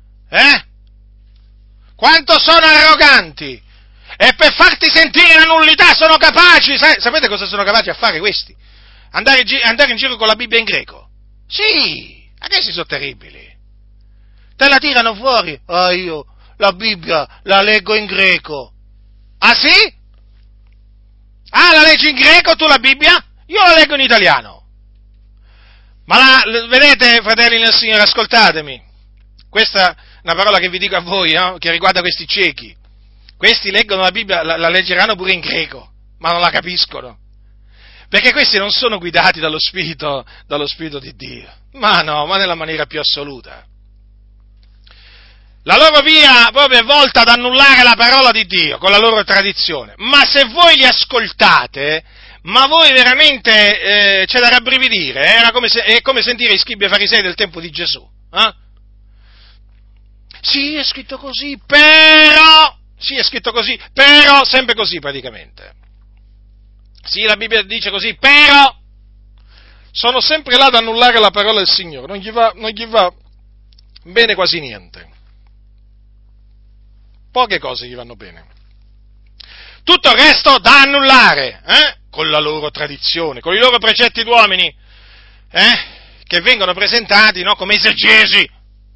Quanto sono arroganti! E per farti sentire la nullità sono capaci, sapete cosa sono capaci a fare questi? Andare in giro con la Bibbia in greco. Sì, questi sono terribili. Te la tirano fuori, io la Bibbia la leggo in greco. Ah sì? La leggi in greco tu la Bibbia? Io la leggo in italiano. Ma vedete, fratelli nel Signore, ascoltatemi. Questa è una parola che vi dico a voi, no? Che riguarda questi ciechi. Questi leggono la Bibbia, la leggeranno pure in greco, ma non la capiscono. Perché questi non sono guidati dallo Spirito di Dio. Ma no, ma nella maniera più assoluta. La loro via proprio è volta ad annullare la parola di Dio con la loro tradizione. Ma se voi li ascoltate, ma voi veramente c'è da rabbrividire. È come sentire i scribi e farisei del tempo di Gesù. Sì, è scritto così, però sempre così praticamente. Sì, la Bibbia dice così, però sono sempre là ad annullare la parola del Signore, non gli va bene quasi niente. Poche cose gli vanno bene. Tutto il resto da annullare, con la loro tradizione, con i loro precetti d'uomini, che vengono presentati, no, come esegesi,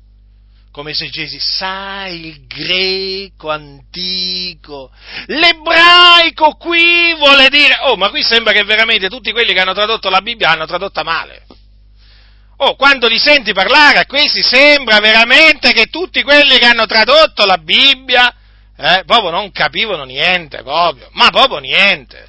sai, il greco antico, l'ebraico qui vuole dire, ma qui sembra che veramente tutti quelli che hanno tradotto la Bibbia hanno tradotta male. Quando li senti parlare a questi sembra veramente che tutti quelli che hanno tradotto la Bibbia, proprio non capivano niente, ma proprio niente.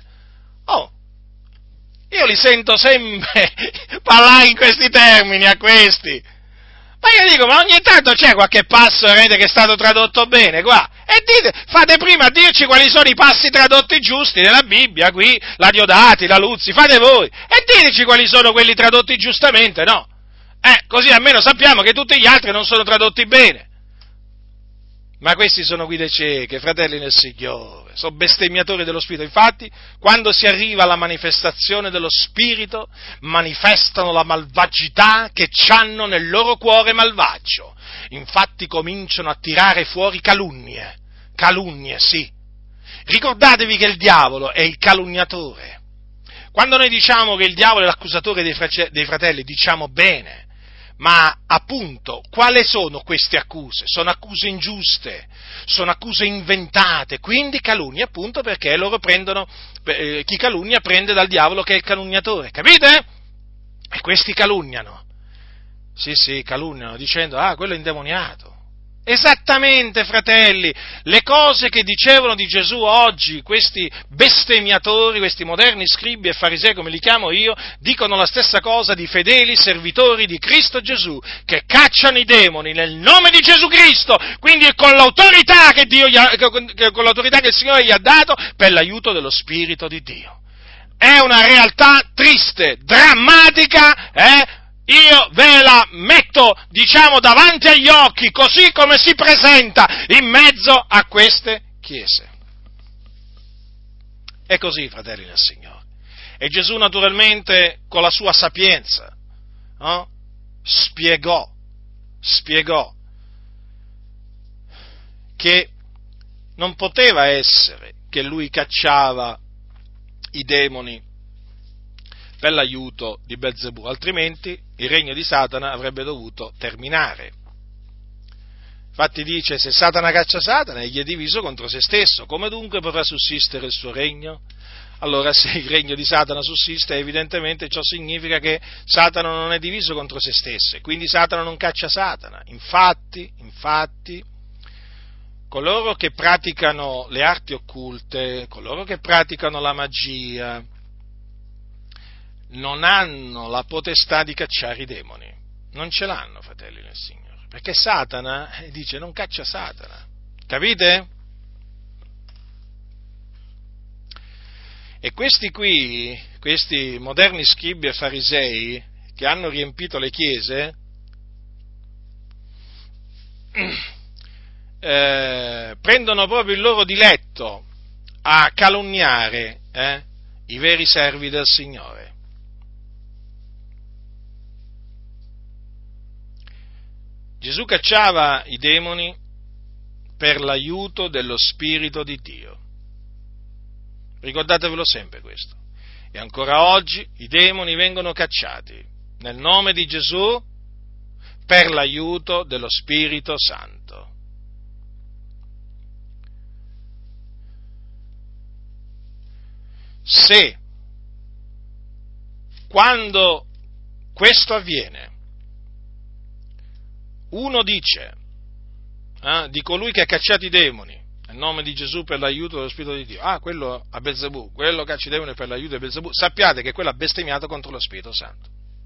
Io li sento sempre parlare in questi termini a questi. Ma io dico, ma ogni tanto c'è qualche passo che è stato tradotto bene qua? E fate prima a dirci quali sono i passi tradotti giusti nella Bibbia, qui, la Diodati, la Luzzi, fate voi. E diteci quali sono quelli tradotti giustamente, no? Così almeno sappiamo che tutti gli altri non sono tradotti bene. Ma questi sono guide cieche, fratelli nel Signore, sono bestemmiatori dello Spirito. Infatti, quando si arriva alla manifestazione dello Spirito, manifestano la malvagità che c'hanno nel loro cuore malvagio. Infatti cominciano a tirare fuori calunnie calunnie, sì. Ricordatevi che il diavolo è il calunniatore. Quando noi diciamo che il diavolo è l'accusatore dei fratelli, diciamo bene, ma appunto, quali sono queste accuse? Sono accuse ingiuste, sono accuse inventate, quindi calunnie appunto perché loro prendono, chi calunnia prende dal diavolo che è il calunniatore, capite? E questi calunniano, sì, calunniano dicendo, quello è indemoniato. Esattamente, fratelli, le cose che dicevano di Gesù oggi, questi bestemmiatori, questi moderni scribi e farisei, come li chiamo io, dicono la stessa cosa di fedeli servitori di Cristo Gesù, che cacciano i demoni nel nome di Gesù Cristo, quindi con l'autorità che con l'autorità che il Signore gli ha dato per l'aiuto dello Spirito di Dio. È una realtà triste, drammatica, io ve la metto, davanti agli occhi, così come si presenta in mezzo a queste chiese. È così, fratelli nel Signore. E Gesù, naturalmente, con la sua sapienza, spiegò che non poteva essere che lui cacciava i demoni per l'aiuto di Belzebù, altrimenti il regno di Satana avrebbe dovuto terminare. Infatti dice, se Satana caccia Satana, egli è diviso contro se stesso, come dunque potrà sussistere il suo regno? Allora, se il regno di Satana sussiste, evidentemente ciò significa che Satana non è diviso contro se stesso, e quindi Satana non caccia Satana. Infatti, coloro che praticano le arti occulte, coloro che praticano la magia, non hanno la potestà di cacciare i demoni, non ce l'hanno, fratelli nel Signore, perché Satana dice non caccia Satana, capite? E questi moderni scribi e farisei che hanno riempito le chiese, prendono proprio il loro diletto a calunniare i veri servi del Signore. Gesù cacciava i demoni per l'aiuto dello Spirito di Dio. Ricordatevelo sempre questo. E ancora oggi i demoni vengono cacciati nel nome di Gesù per l'aiuto dello Spirito Santo. Se, quando questo avviene, uno dice di colui che ha cacciato i demoni nel nome di Gesù per l'aiuto dello Spirito di Dio, quello a Belzebù, quello caccia i demoni per l'aiuto di Belzebù, sappiate che quello ha bestemmiato contro lo Spirito Santo.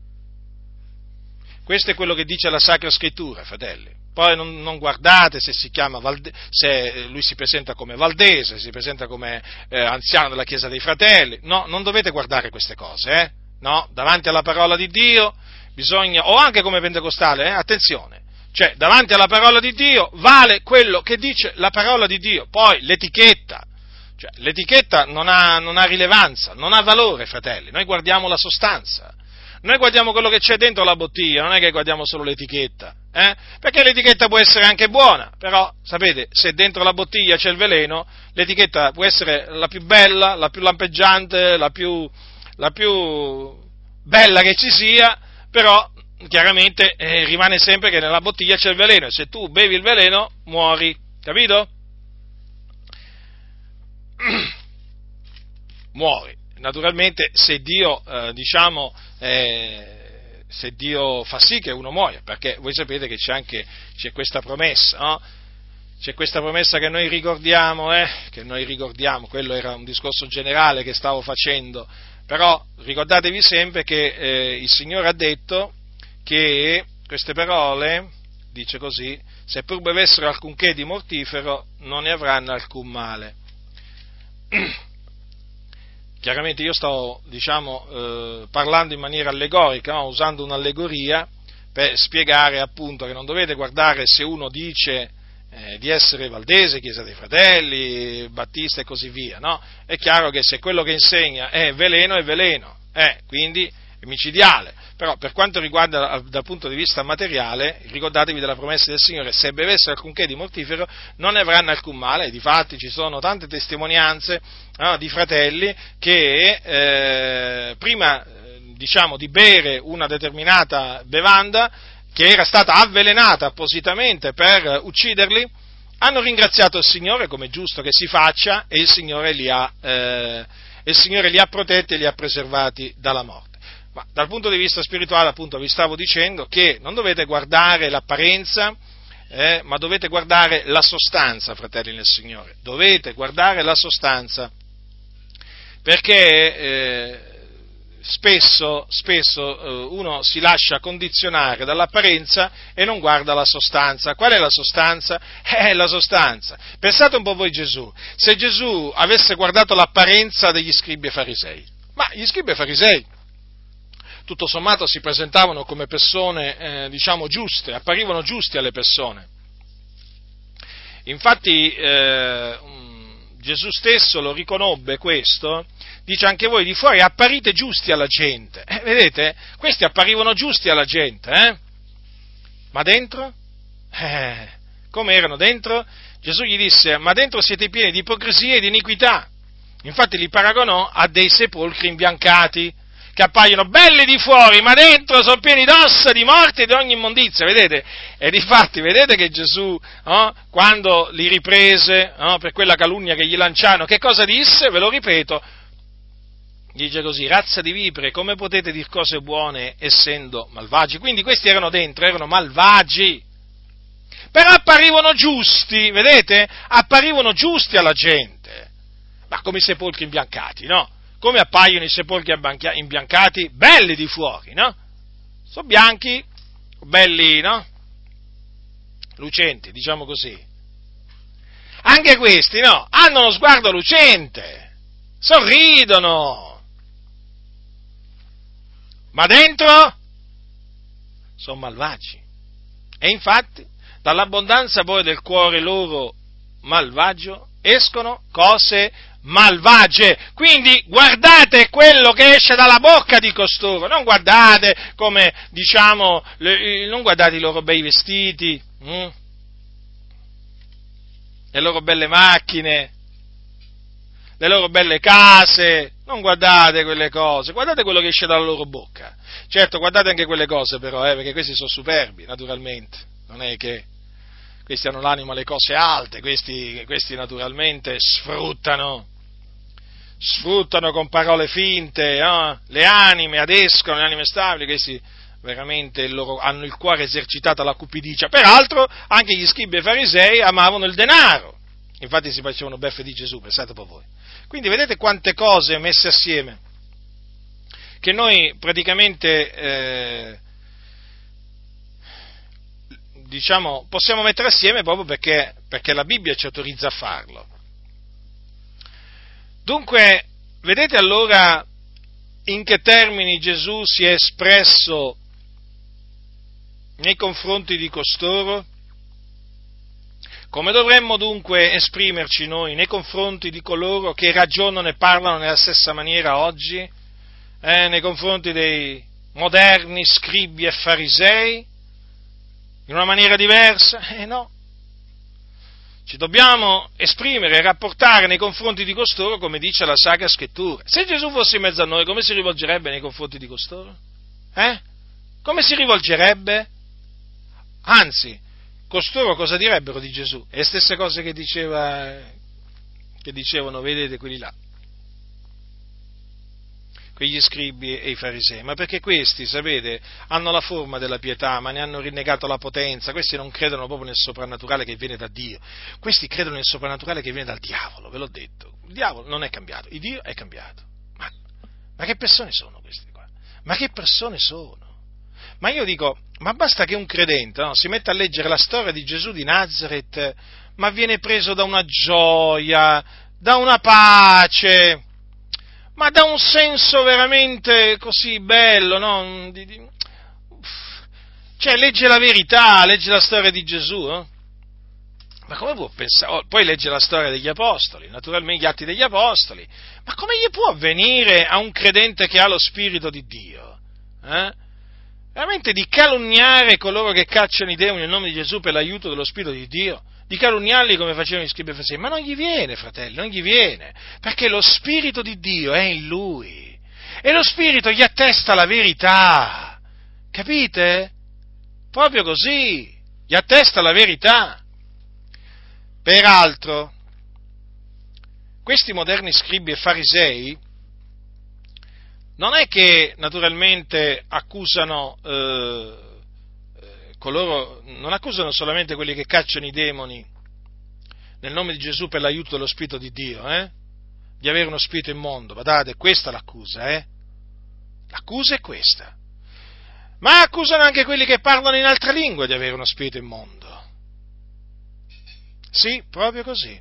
Questo è quello che dice la Sacra Scrittura, fratelli. Poi non guardate se si chiama se lui si presenta come Valdese, si presenta come anziano della Chiesa dei Fratelli. No, non dovete guardare queste cose, No, davanti alla parola di Dio bisogna, o anche come pentecostale, attenzione. Cioè, davanti alla parola di Dio vale quello che dice la parola di Dio, poi l'etichetta non ha rilevanza, non ha valore, fratelli, noi guardiamo la sostanza, noi guardiamo quello che c'è dentro la bottiglia, non è che guardiamo solo l'etichetta, perché l'etichetta può essere anche buona, però, sapete, se dentro la bottiglia c'è il veleno, l'etichetta può essere la più bella, la più lampeggiante, la più bella che ci sia, però chiaramente rimane sempre che nella bottiglia c'è il veleno, e se tu bevi il veleno muori, capito? Muori. Naturalmente se Dio se Dio fa sì che uno muoia, perché voi sapete che c'è questa promessa, no? C'è questa promessa che noi ricordiamo, quello era un discorso generale che stavo facendo, però ricordatevi sempre che il Signore ha detto che queste parole, dice così, seppur bevessero alcunché di mortifero, non ne avranno alcun male. Chiaramente io sto, parlando in maniera allegorica, no? Usando un'allegoria per spiegare appunto che non dovete guardare se uno dice di essere Valdese, Chiesa dei Fratelli, Battista e così via, no? È chiaro che se quello che insegna è veleno, quindi micidiale. Però per quanto riguarda dal punto di vista materiale, ricordatevi della promessa del Signore: se bevessero alcunché di mortifero non ne avranno alcun male. Difatti ci sono tante testimonianze di fratelli che prima di bere una determinata bevanda che era stata avvelenata appositamente per ucciderli, hanno ringraziato il Signore, come è giusto che si faccia, e il Signore li ha protetti e li ha preservati dalla morte. Ma dal punto di vista spirituale, appunto, vi stavo dicendo che non dovete guardare l'apparenza, ma dovete guardare la sostanza, fratelli nel Signore. Dovete guardare la sostanza, perché spesso uno si lascia condizionare dall'apparenza e non guarda la sostanza. Qual è la sostanza? La sostanza. Pensate un po' voi Gesù. Se Gesù avesse guardato l'apparenza degli scribi e farisei, ma gli scribi e farisei tutto sommato si presentavano come persone, giuste, apparivano giusti alle persone. Infatti Gesù stesso lo riconobbe questo, dice: anche voi di fuori apparite giusti alla gente. Vedete? Questi apparivano giusti alla gente, ma dentro? Come erano dentro? Gesù gli disse: ma dentro siete pieni di ipocrisia e di iniquità. Infatti li paragonò a dei sepolcri imbiancati, che appaiono belli di fuori, ma dentro sono pieni d'ossa, di morte e di ogni immondizia, vedete? E difatti, vedete che Gesù, quando li riprese per quella calunnia che gli lanciarono, che cosa disse? Ve lo ripeto, dice così: razza di vipere, come potete dir cose buone essendo malvagi? Quindi questi erano dentro, erano malvagi, però apparivano giusti, vedete? Apparivano giusti alla gente, ma come i sepolcri imbiancati, no? Come appaiono i sepolcri imbiancati? Belli di fuori, no? Sono bianchi, belli, no? Lucenti, diciamo così. Anche questi, no? Hanno uno sguardo lucente, sorridono, ma dentro sono malvagi. E infatti, dall'abbondanza poi del cuore loro malvagio escono cose malvagie. Quindi guardate quello che esce dalla bocca di costoro, non guardate come, non guardate i loro bei vestiti, le loro belle macchine, le loro belle case, non guardate quelle cose, guardate quello che esce dalla loro bocca. Certo, guardate anche quelle cose però, perché questi sono superbi, naturalmente, non è che questi hanno l'animo alle cose alte, questi naturalmente sfruttano con parole finte, le anime, adescono le anime stabili, questi veramente hanno il cuore esercitato alla cupidigia. Peraltro anche gli scribi e farisei amavano il denaro, infatti si facevano beffe di Gesù, pensate un po' voi. Quindi vedete quante cose messe assieme che noi praticamente possiamo mettere assieme proprio perché la Bibbia ci autorizza a farlo. Dunque, vedete allora in che termini Gesù si è espresso nei confronti di costoro? Come dovremmo dunque esprimerci noi nei confronti di coloro che ragionano e parlano nella stessa maniera oggi, nei confronti dei moderni scribi e farisei, in una maniera diversa? No. Ci dobbiamo esprimere e rapportare nei confronti di costoro come dice la Sacra Scrittura. Se Gesù fosse in mezzo a noi, come si rivolgerebbe nei confronti di costoro? Come si rivolgerebbe? Anzi, costoro cosa direbbero di Gesù? E le stesse cose che dicevano, vedete, quelli là, quegli scribi e i farisei, ma perché questi, sapete, hanno la forma della pietà, ma ne hanno rinnegato la potenza. Questi non credono proprio nel soprannaturale che viene da Dio, questi credono nel soprannaturale che viene dal diavolo, ve l'ho detto. Il diavolo non è cambiato, il Dio è cambiato. Ma che persone sono questi qua? Ma che persone sono? Ma io dico, ma basta che un credente si metta a leggere la storia di Gesù di Nazaret, ma viene preso da una gioia, da una pace, ma da un senso veramente così bello, no? Cioè, legge la verità, legge la storia di Gesù, Ma come può pensare? Poi legge la storia degli apostoli, naturalmente gli atti degli apostoli, ma come gli può avvenire a un credente che ha lo Spirito di Dio? Veramente di calunniare coloro che cacciano i demoni nel nome di Gesù per l'aiuto dello Spirito di Dio, di calunniarli come facevano gli scribi e farisei, ma non gli viene, fratelli, non gli viene, perché lo Spirito di Dio è in lui e lo Spirito gli attesta la verità, capite? Proprio così, gli attesta la verità. Peraltro, questi moderni scribi e farisei non è che naturalmente accusano non accusano solamente quelli che cacciano i demoni nel nome di Gesù per l'aiuto dello Spirito di Dio, di avere uno spirito immondo. Guardate, è questa l'accusa, L'accusa è questa. Ma accusano anche quelli che parlano in altra lingua di avere uno spirito immondo. Sì, proprio così.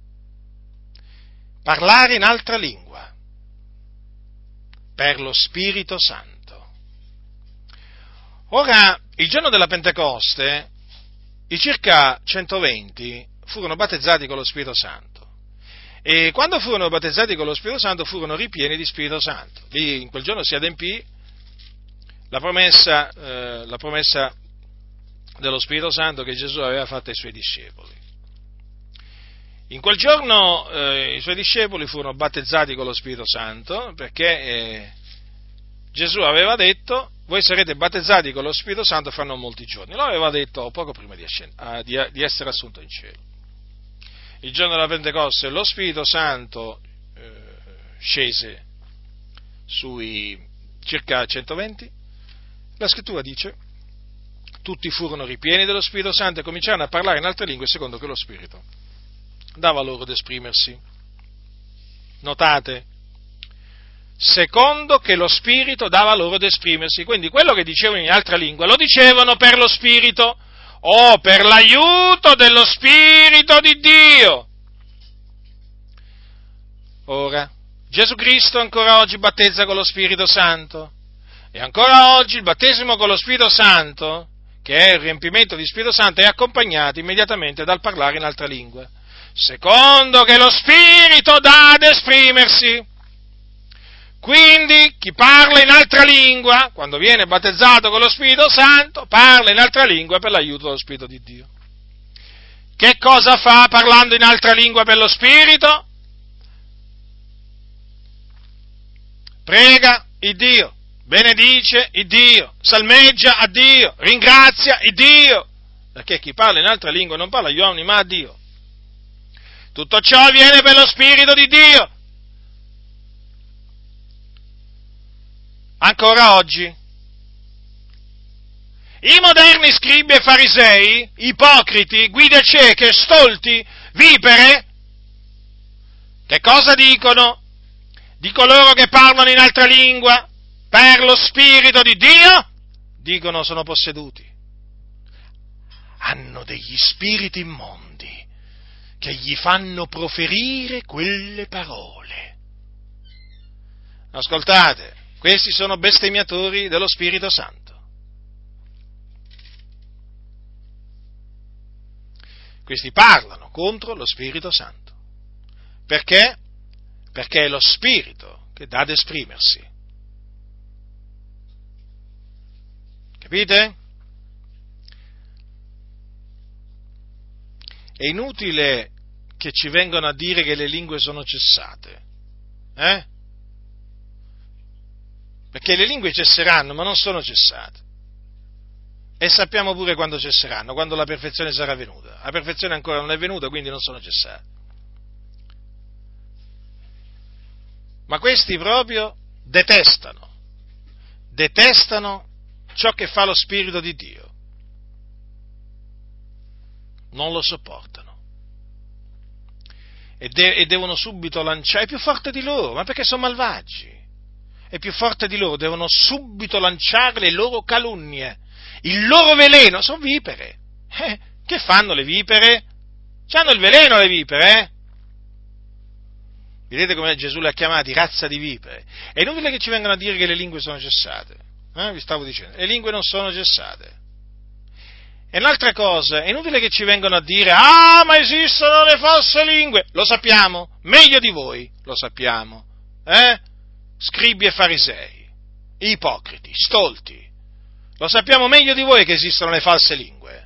Parlare in altra lingua per lo Spirito Santo. Ora, il giorno della Pentecoste, i circa 120 furono battezzati con lo Spirito Santo. E quando furono battezzati con lo Spirito Santo furono ripieni di Spirito Santo. Lì, in quel giorno si adempì la promessa dello Spirito Santo che Gesù aveva fatto ai suoi discepoli. In quel giorno i suoi discepoli furono battezzati con lo Spirito Santo perché Gesù aveva detto: voi sarete battezzati con lo Spirito Santo fra non molti giorni. Lo aveva detto poco prima di essere assunto in cielo. Il giorno della Pentecoste lo Spirito Santo scese sui circa 120. La Scrittura dice: tutti furono ripieni dello Spirito Santo e cominciarono a parlare in altre lingue secondo che lo Spirito dava loro ad esprimersi. Notate? Secondo che lo Spirito dava loro ad esprimersi. Quindi quello che dicevano in altra lingua lo dicevano per lo Spirito o per l'aiuto dello Spirito di Dio. Ora, Gesù Cristo ancora oggi battezza con lo Spirito Santo e ancora oggi il battesimo con lo Spirito Santo, che è il riempimento di Spirito Santo, è accompagnato immediatamente dal parlare in altra lingua, secondo che lo Spirito dà ad esprimersi. Quindi chi parla in altra lingua, quando viene battezzato con lo Spirito Santo, parla in altra lingua per l'aiuto dello Spirito di Dio. Che cosa fa parlando in altra lingua per lo Spirito? Prega il Dio, benedice il Dio, salmeggia a Dio, ringrazia il Dio, perché chi parla in altra lingua non parla agli uomini ma a Dio. Tutto ciò avviene per lo Spirito di Dio. Ancora oggi, i moderni scribi e farisei, ipocriti, guide cieche, stolti, vipere, che cosa dicono? Di coloro che parlano in altra lingua per lo Spirito di Dio? Dicono sono posseduti. Hanno degli spiriti immondi che gli fanno proferire quelle parole. Ascoltate. Questi sono bestemmiatori dello Spirito Santo. Questi parlano contro lo Spirito Santo. Perché? Perché è lo Spirito che dà ad esprimersi. Capite? È inutile che ci vengano a dire che le lingue sono cessate. Perché le lingue cesseranno, ma non sono cessate. E sappiamo pure quando cesseranno, quando la perfezione sarà venuta. La perfezione ancora non è venuta, quindi non sono cessate. Ma questi proprio detestano ciò che fa lo Spirito di Dio. Non lo sopportano. E devono subito lanciare, è più forte di loro, ma perché sono malvagi. È più forte di loro, devono subito lanciare le loro calunnie, il loro veleno, sono vipere. Che fanno le vipere? C'hanno il veleno le vipere, Vedete come Gesù le ha chiamati razza di vipere? È inutile che ci vengano a dire che le lingue sono cessate, vi stavo dicendo, le lingue non sono cessate. E un'altra cosa, è inutile che ci vengano a dire, ma esistono le false lingue, lo sappiamo, meglio di voi, lo sappiamo, scribi e farisei, ipocriti, stolti. Lo sappiamo meglio di voi che esistono le false lingue.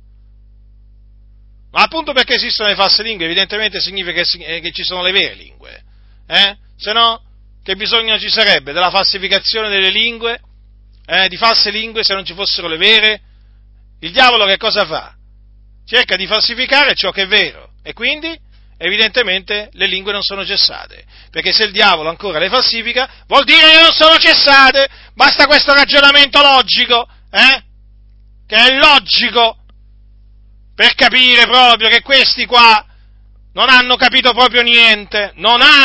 Ma appunto perché esistono le false lingue, evidentemente significa che ci sono le vere lingue. Se no, che bisogno ci sarebbe della falsificazione delle lingue, di false lingue, se non ci fossero le vere? Il diavolo che cosa fa? Cerca di falsificare ciò che è vero, e quindi, evidentemente, le lingue non sono cessate. Perché se il diavolo ancora le falsifica, vuol dire che non sono cessate! Basta questo ragionamento logico, che è logico, per capire proprio che questi qua non hanno capito proprio niente,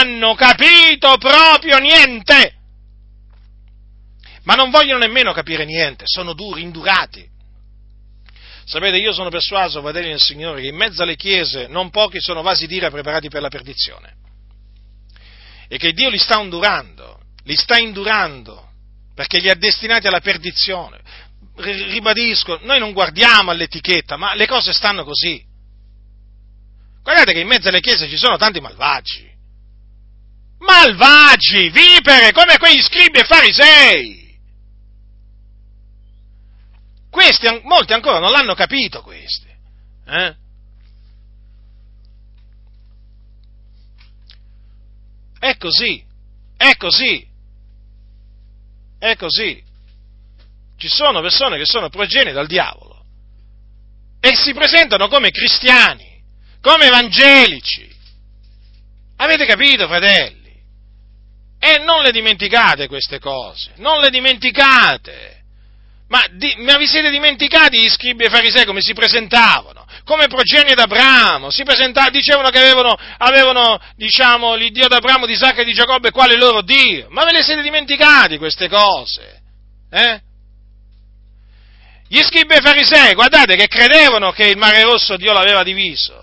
ma non vogliono nemmeno capire niente, sono duri, indurati. Sapete, io sono persuaso, fratelli del Signore, che in mezzo alle chiese non pochi sono vasi d'ira preparati per la perdizione, e che Dio li sta indurando, perché li ha destinati alla perdizione. Ribadisco, noi non guardiamo all'etichetta, ma le cose stanno così. Guardate che in mezzo alle chiese ci sono tanti malvagi, vipere, come quegli scribi e farisei. Molti ancora non l'hanno capito, questi. È così. Ci sono persone che sono progenie dal diavolo e si presentano come cristiani, come evangelici. Avete capito, fratelli? E non le dimenticate queste cose, non le dimenticate. Ma vi siete dimenticati gli scribi e farisei come si presentavano? Come progenie d'Abramo, dicevano che avevano, l'Iddio d'Abramo, di Isacco e di Giacobbe quale loro Dio. Ma ve le siete dimenticati queste cose? Gli scribi e farisei, guardate che credevano che il Mare Rosso Dio l'aveva diviso.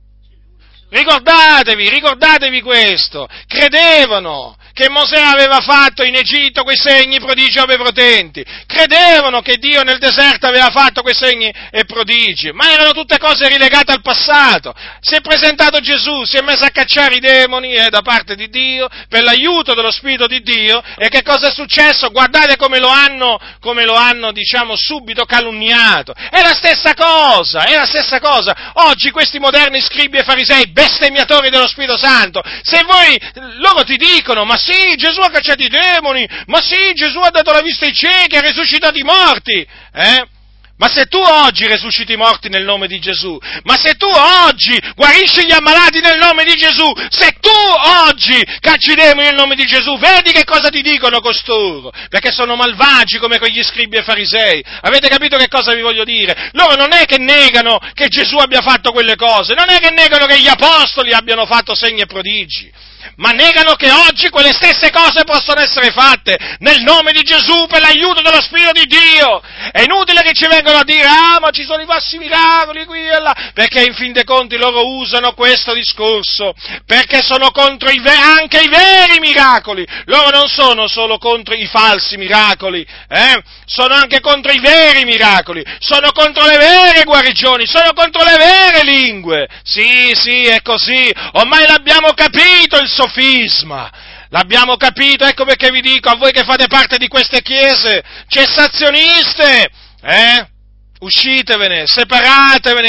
Ricordatevi questo, credevano che Mosè aveva fatto in Egitto quei segni, prodigi e opere potenti, credevano che Dio nel deserto aveva fatto quei segni e prodigi, ma erano tutte cose rilegate al passato. Si è presentato Gesù, si è messo a cacciare i demoni da parte di Dio, per l'aiuto dello Spirito di Dio, e che cosa è successo? Guardate come lo hanno subito calunniato. È la stessa cosa. Oggi questi moderni scribi e farisei, bestemmiatori dello Spirito Santo, loro ti dicono, ma sì, Gesù ha cacciato i demoni, ma sì, Gesù ha dato la vista ai ciechi, ha risuscitato i morti, Ma se tu oggi risusciti i morti nel nome di Gesù, ma se tu oggi guarisci gli ammalati nel nome di Gesù, se tu oggi cacci i demoni nel nome di Gesù, vedi che cosa ti dicono costoro? Perché sono malvagi come quegli scribi e farisei. Avete capito che cosa vi voglio dire? Loro non è che negano che Gesù abbia fatto quelle cose, non è che negano che gli apostoli abbiano fatto segni e prodigi, ma negano che oggi quelle stesse cose possono essere fatte nel nome di Gesù per l'aiuto dello Spirito di Dio. È inutile che ci vengano a dire, ma ci sono i falsi miracoli qui e là, perché in fin dei conti loro usano questo discorso, perché sono contro anche i veri miracoli. Loro non sono solo contro i falsi miracoli, sono anche contro i veri miracoli, sono contro le vere guarigioni, sono contro le vere lingue. Sì, è così, ormai l'abbiamo capito il sofisma, l'abbiamo capito, ecco perché vi dico, a voi che fate parte di queste chiese cessazioniste, uscitevene, separatevene,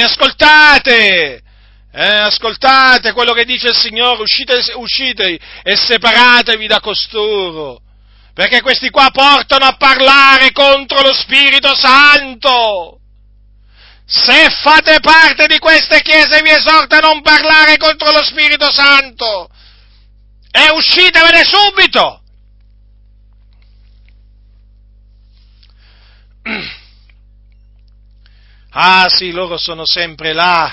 ascoltate quello che dice il Signore, uscite e separatevi da costoro, perché questi qua portano a parlare contro lo Spirito Santo. Se fate parte di queste chiese vi esorto a non parlare contro lo Spirito Santo e uscitevene subito. Ah sì, loro sono sempre là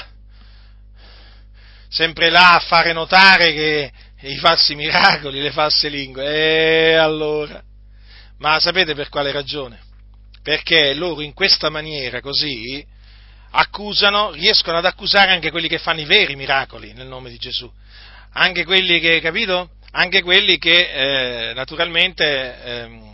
a fare notare che i falsi miracoli, le false lingue, e allora, ma sapete per quale ragione? Perché loro in questa maniera così riescono ad accusare anche quelli che fanno i veri miracoli nel nome di Gesù, anche quelli che, capito? Anche quelli che naturalmente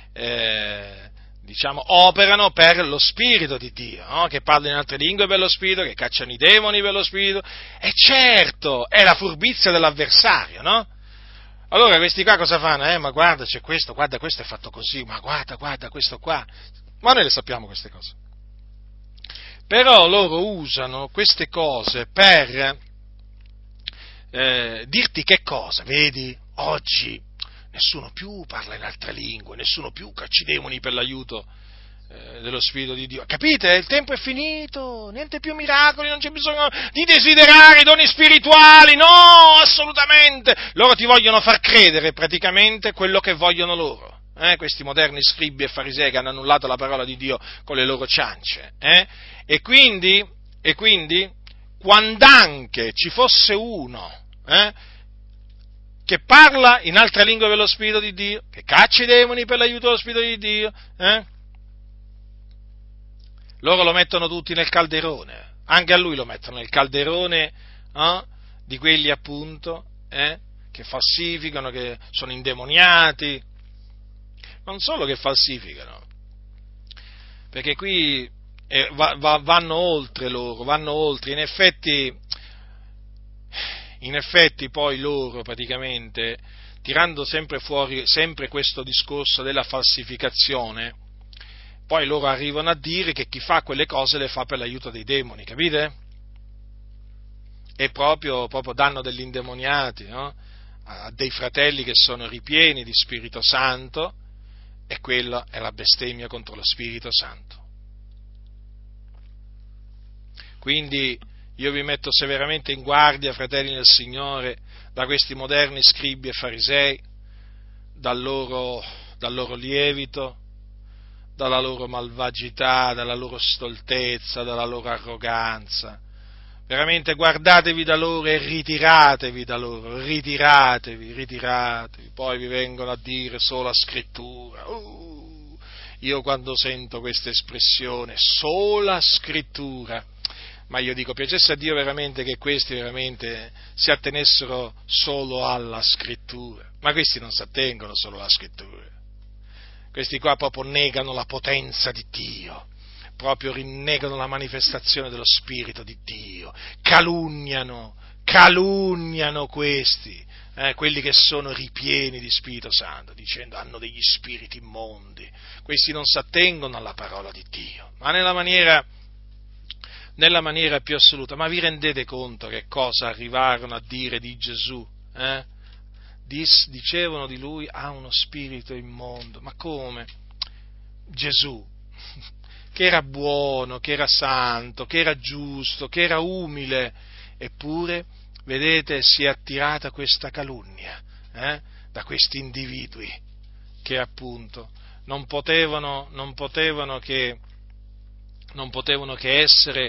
operano per lo Spirito di Dio, no? Che parlano in altre lingue per lo Spirito, che cacciano i demoni per lo Spirito, e certo, è la furbizia dell'avversario, no? Allora questi qua cosa fanno? Ma guarda, c'è questo, guarda, questo è fatto così, ma guarda, questo qua. Ma noi le sappiamo queste cose. Però loro usano queste cose per dirti che cosa, vedi? Oggi nessuno più parla in altre lingue, nessuno più caccia i demoni per l'aiuto dello Spirito di Dio. Capite? Il tempo è finito, niente più miracoli, non c'è bisogno di desiderare i doni spirituali, no, assolutamente. Loro ti vogliono far credere praticamente quello che vogliono loro. Questi moderni scribi e farisei che hanno annullato la parola di Dio con le loro ciance. E quindi, quand'anche ci fosse uno che parla in altre lingue per lo Spirito di Dio, che caccia i demoni per l'aiuto dello Spirito di Dio, loro lo mettono tutti nel calderone, anche a lui lo mettono nel calderone di quelli appunto che falsificano, che sono indemoniati, non solo che falsificano, perché qui vanno oltre loro, vanno oltre, in effetti poi loro praticamente, tirando sempre fuori sempre questo discorso della falsificazione, poi loro arrivano a dire che chi fa quelle cose le fa per l'aiuto dei demoni, capite? E proprio danno degli indemoniati, no? A dei fratelli che sono ripieni di Spirito Santo, e quella è la bestemmia contro lo Spirito Santo. Quindi io vi metto severamente in guardia, fratelli nel Signore, da questi moderni scribi e farisei, dal loro lievito, dalla loro malvagità, dalla loro stoltezza, dalla loro arroganza. Veramente guardatevi da loro e ritiratevi da loro, ritiratevi, poi vi vengono a dire sola scrittura. Io quando sento questa espressione, sola scrittura, ma io dico, piacesse a Dio veramente che questi veramente si attenessero solo alla scrittura, ma questi non si attengono solo alla scrittura. Questi qua proprio negano la potenza di Dio, proprio rinnegano la manifestazione dello Spirito di Dio, calunniano questi, quelli che sono ripieni di Spirito Santo, dicendo hanno degli spiriti immondi. Questi non si attengono alla parola di Dio, ma nella maniera più assoluta. Ma vi rendete conto che cosa arrivarono a dire di Gesù? Dicevano di lui ha uno spirito immondo. Ma come? Gesù, che era buono, che era santo, che era giusto, che era umile, eppure, vedete, si è attirata questa calunnia da questi individui che appunto non potevano che essere,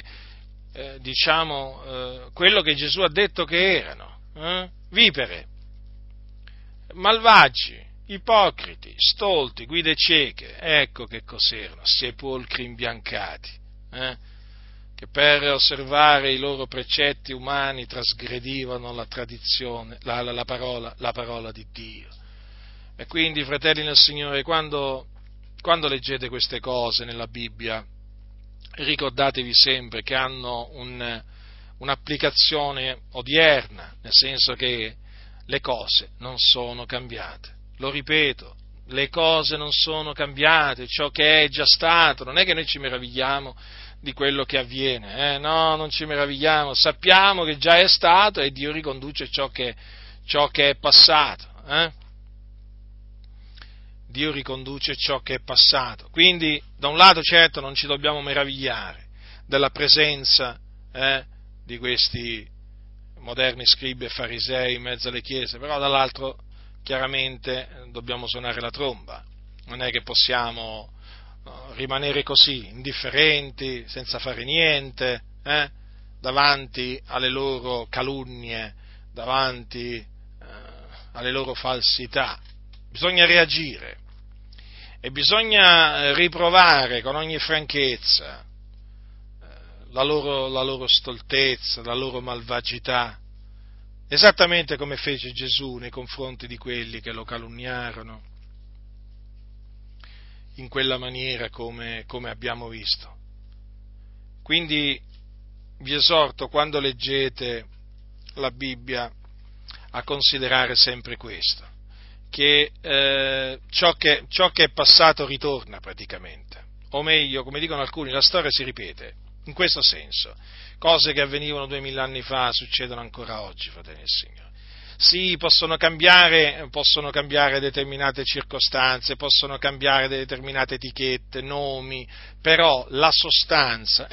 quello che Gesù ha detto che erano, vipere, malvagi, ipocriti, stolti, guide cieche, ecco che cos'erano, sepolcri imbiancati, che per osservare i loro precetti umani trasgredivano la tradizione, la parola di Dio. E quindi, fratelli nel Signore, quando leggete queste cose nella Bibbia, ricordatevi sempre che hanno un'applicazione odierna, nel senso che le cose non sono cambiate. Lo ripeto, le cose non sono cambiate, ciò che è già stato, non è che noi ci meravigliamo di quello che avviene, no, non ci meravigliamo, sappiamo che già è stato e Dio riconduce ciò che è passato, Dio riconduce ciò che è passato. Quindi, da un lato, certo, non ci dobbiamo meravigliare della presenza di questi moderni scribi e farisei in mezzo alle chiese, però dall'altro, chiaramente, dobbiamo suonare la tromba. Non è che possiamo rimanere così, indifferenti, senza fare niente, davanti alle loro calunnie, davanti alle loro falsità. Bisogna reagire e bisogna riprovare con ogni franchezza la loro stoltezza, la loro malvagità, esattamente come fece Gesù nei confronti di quelli che lo calunniarono in quella maniera come abbiamo visto. Quindi vi esorto, quando leggete la Bibbia, a considerare sempre questo, che ciò che è passato ritorna praticamente, o meglio, come dicono alcuni, la storia si ripete, in questo senso. Cose che avvenivano 2000 anni fa succedono ancora oggi, fratelli del Signore. Sì, possono cambiare determinate circostanze, possono cambiare determinate etichette, nomi, però la sostanza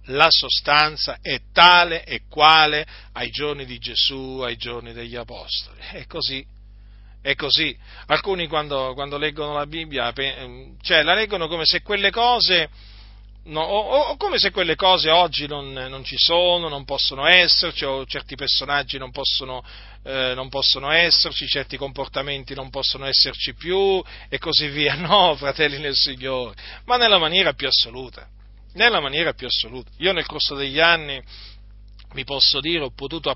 è tale e quale ai giorni di Gesù, ai giorni degli Apostoli. È così. È così. Alcuni quando leggono la Bibbia, la leggono come se quelle cose, o come se quelle cose oggi non ci sono, non possono esserci, o certi personaggi non possono esserci, certi comportamenti non possono esserci più, e così via. No, fratelli nel Signore, ma nella maniera più assoluta. Io nel corso degli anni, vi posso dire, ho potuto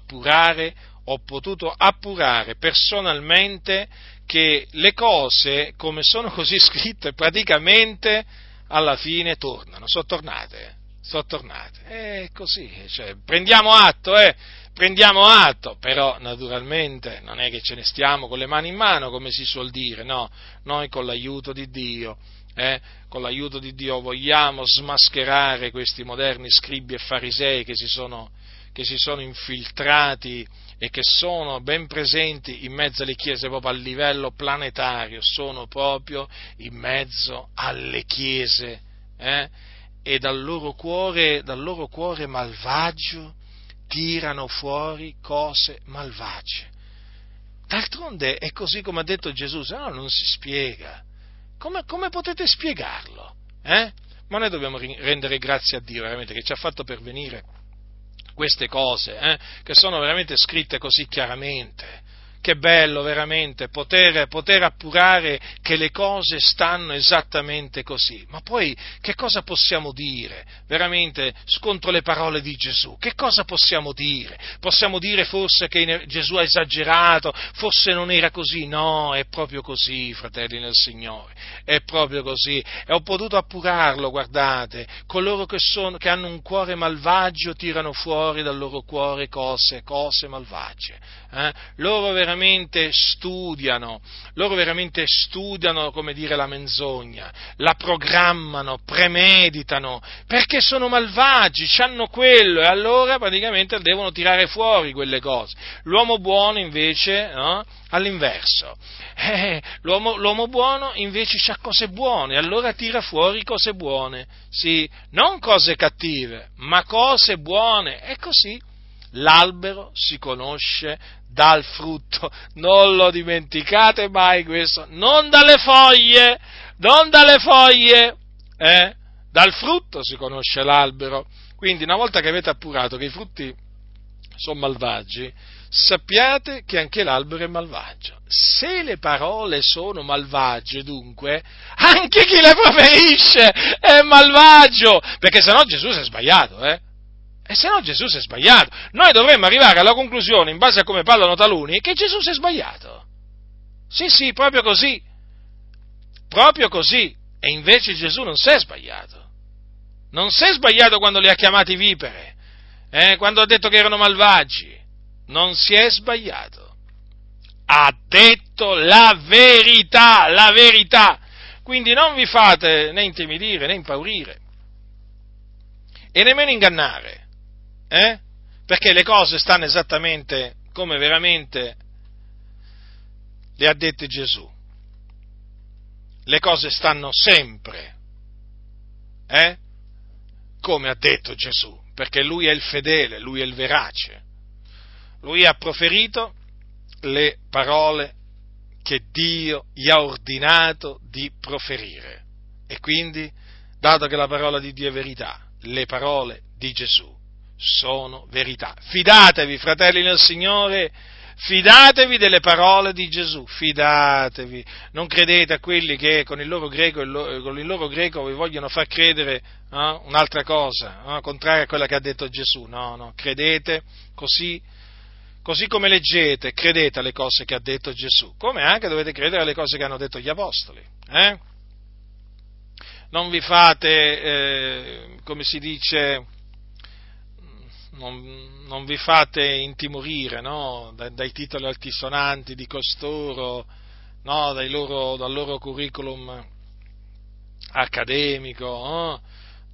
appurare personalmente che le cose, come sono così scritte, praticamente alla fine sono tornate. È così, prendiamo atto, però naturalmente non è che ce ne stiamo con le mani in mano, come si suol dire, no, noi con l'aiuto di Dio vogliamo smascherare questi moderni scribi e farisei che si sono infiltrati e che sono ben presenti in mezzo alle chiese proprio a livello planetario, sono proprio in mezzo alle chiese, e dal loro cuore malvagio tirano fuori cose malvagie. D'altronde è così come ha detto Gesù, se no non si spiega. Come potete spiegarlo? Ma noi dobbiamo rendere grazie a Dio veramente che ci ha fatto pervenire queste cose, che sono veramente scritte così chiaramente. Che bello veramente poter appurare che le cose stanno esattamente così. Ma poi che cosa possiamo dire veramente contro le parole di Gesù? Che cosa possiamo dire? Possiamo dire forse che Gesù ha esagerato, forse non era così? No, è proprio così, fratelli nel Signore, è proprio così. E ho potuto appurarlo, guardate, coloro che hanno un cuore malvagio tirano fuori dal loro cuore cose malvagie. Loro veramente studiano, come dire, la menzogna, la programmano, premeditano, perché sono malvagi, hanno quello, e allora praticamente devono tirare fuori quelle cose. L'uomo buono invece, no? All'inverso, l'uomo buono invece ha cose buone, allora tira fuori cose buone, sì, non cose cattive, ma cose buone, è così. L'albero si conosce dal frutto, non lo dimenticate mai questo, non dalle foglie, dal frutto si conosce l'albero. Quindi una volta che avete appurato che i frutti sono malvagi, sappiate che anche l'albero è malvagio. Se le parole sono malvagie, dunque, anche chi le proferisce è malvagio, perché sennò Gesù si è sbagliato, E se no Gesù si è sbagliato. Noi dovremmo arrivare alla conclusione, in base a come parlano taluni, che Gesù si è sbagliato. Sì, proprio così. E invece Gesù non si è sbagliato. Non si è sbagliato quando li ha chiamati vipere, quando ha detto che erano malvagi. Non si è sbagliato. Ha detto la verità. Quindi non vi fate né intimidire né impaurire e nemmeno ingannare. Perché le cose stanno esattamente come veramente le ha dette Gesù. Le cose stanno sempre, come ha detto Gesù, perché Lui è il fedele, Lui è il verace. Lui ha proferito le parole che Dio gli ha ordinato di proferire. E quindi, dato che la parola di Dio è verità, le parole di Gesù sono verità. Fidatevi, fratelli nel Signore, fidatevi delle parole di Gesù, fidatevi. Non credete a quelli che con il loro greco vi vogliono far credere un'altra cosa, contraria a quella che ha detto Gesù. No, credete così come leggete, credete alle cose che ha detto Gesù, come anche dovete credere alle cose che hanno detto gli Apostoli. Non vi fate, come si dice, non vi fate intimorire, no? Dai titoli altisonanti di costoro, no? Dal loro curriculum accademico, no?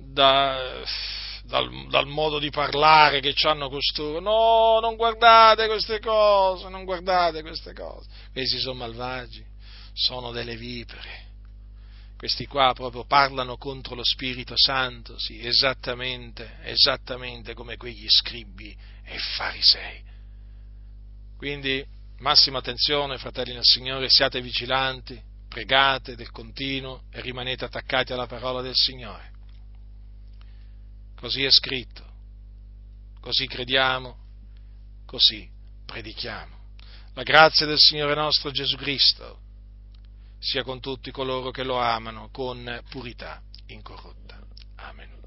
Dal modo di parlare che hanno costoro. No, non guardate queste cose, non guardate queste cose. Questi sono malvagi, sono delle vipere. Questi qua proprio parlano contro lo Spirito Santo, sì, esattamente come quegli scribi e farisei. Quindi, massima attenzione, fratelli nel Signore, siate vigilanti, pregate del continuo e rimanete attaccati alla parola del Signore. Così è scritto, così crediamo, così predichiamo. La grazia del Signore nostro Gesù Cristo sia con tutti coloro che lo amano con purità incorrotta. Amen.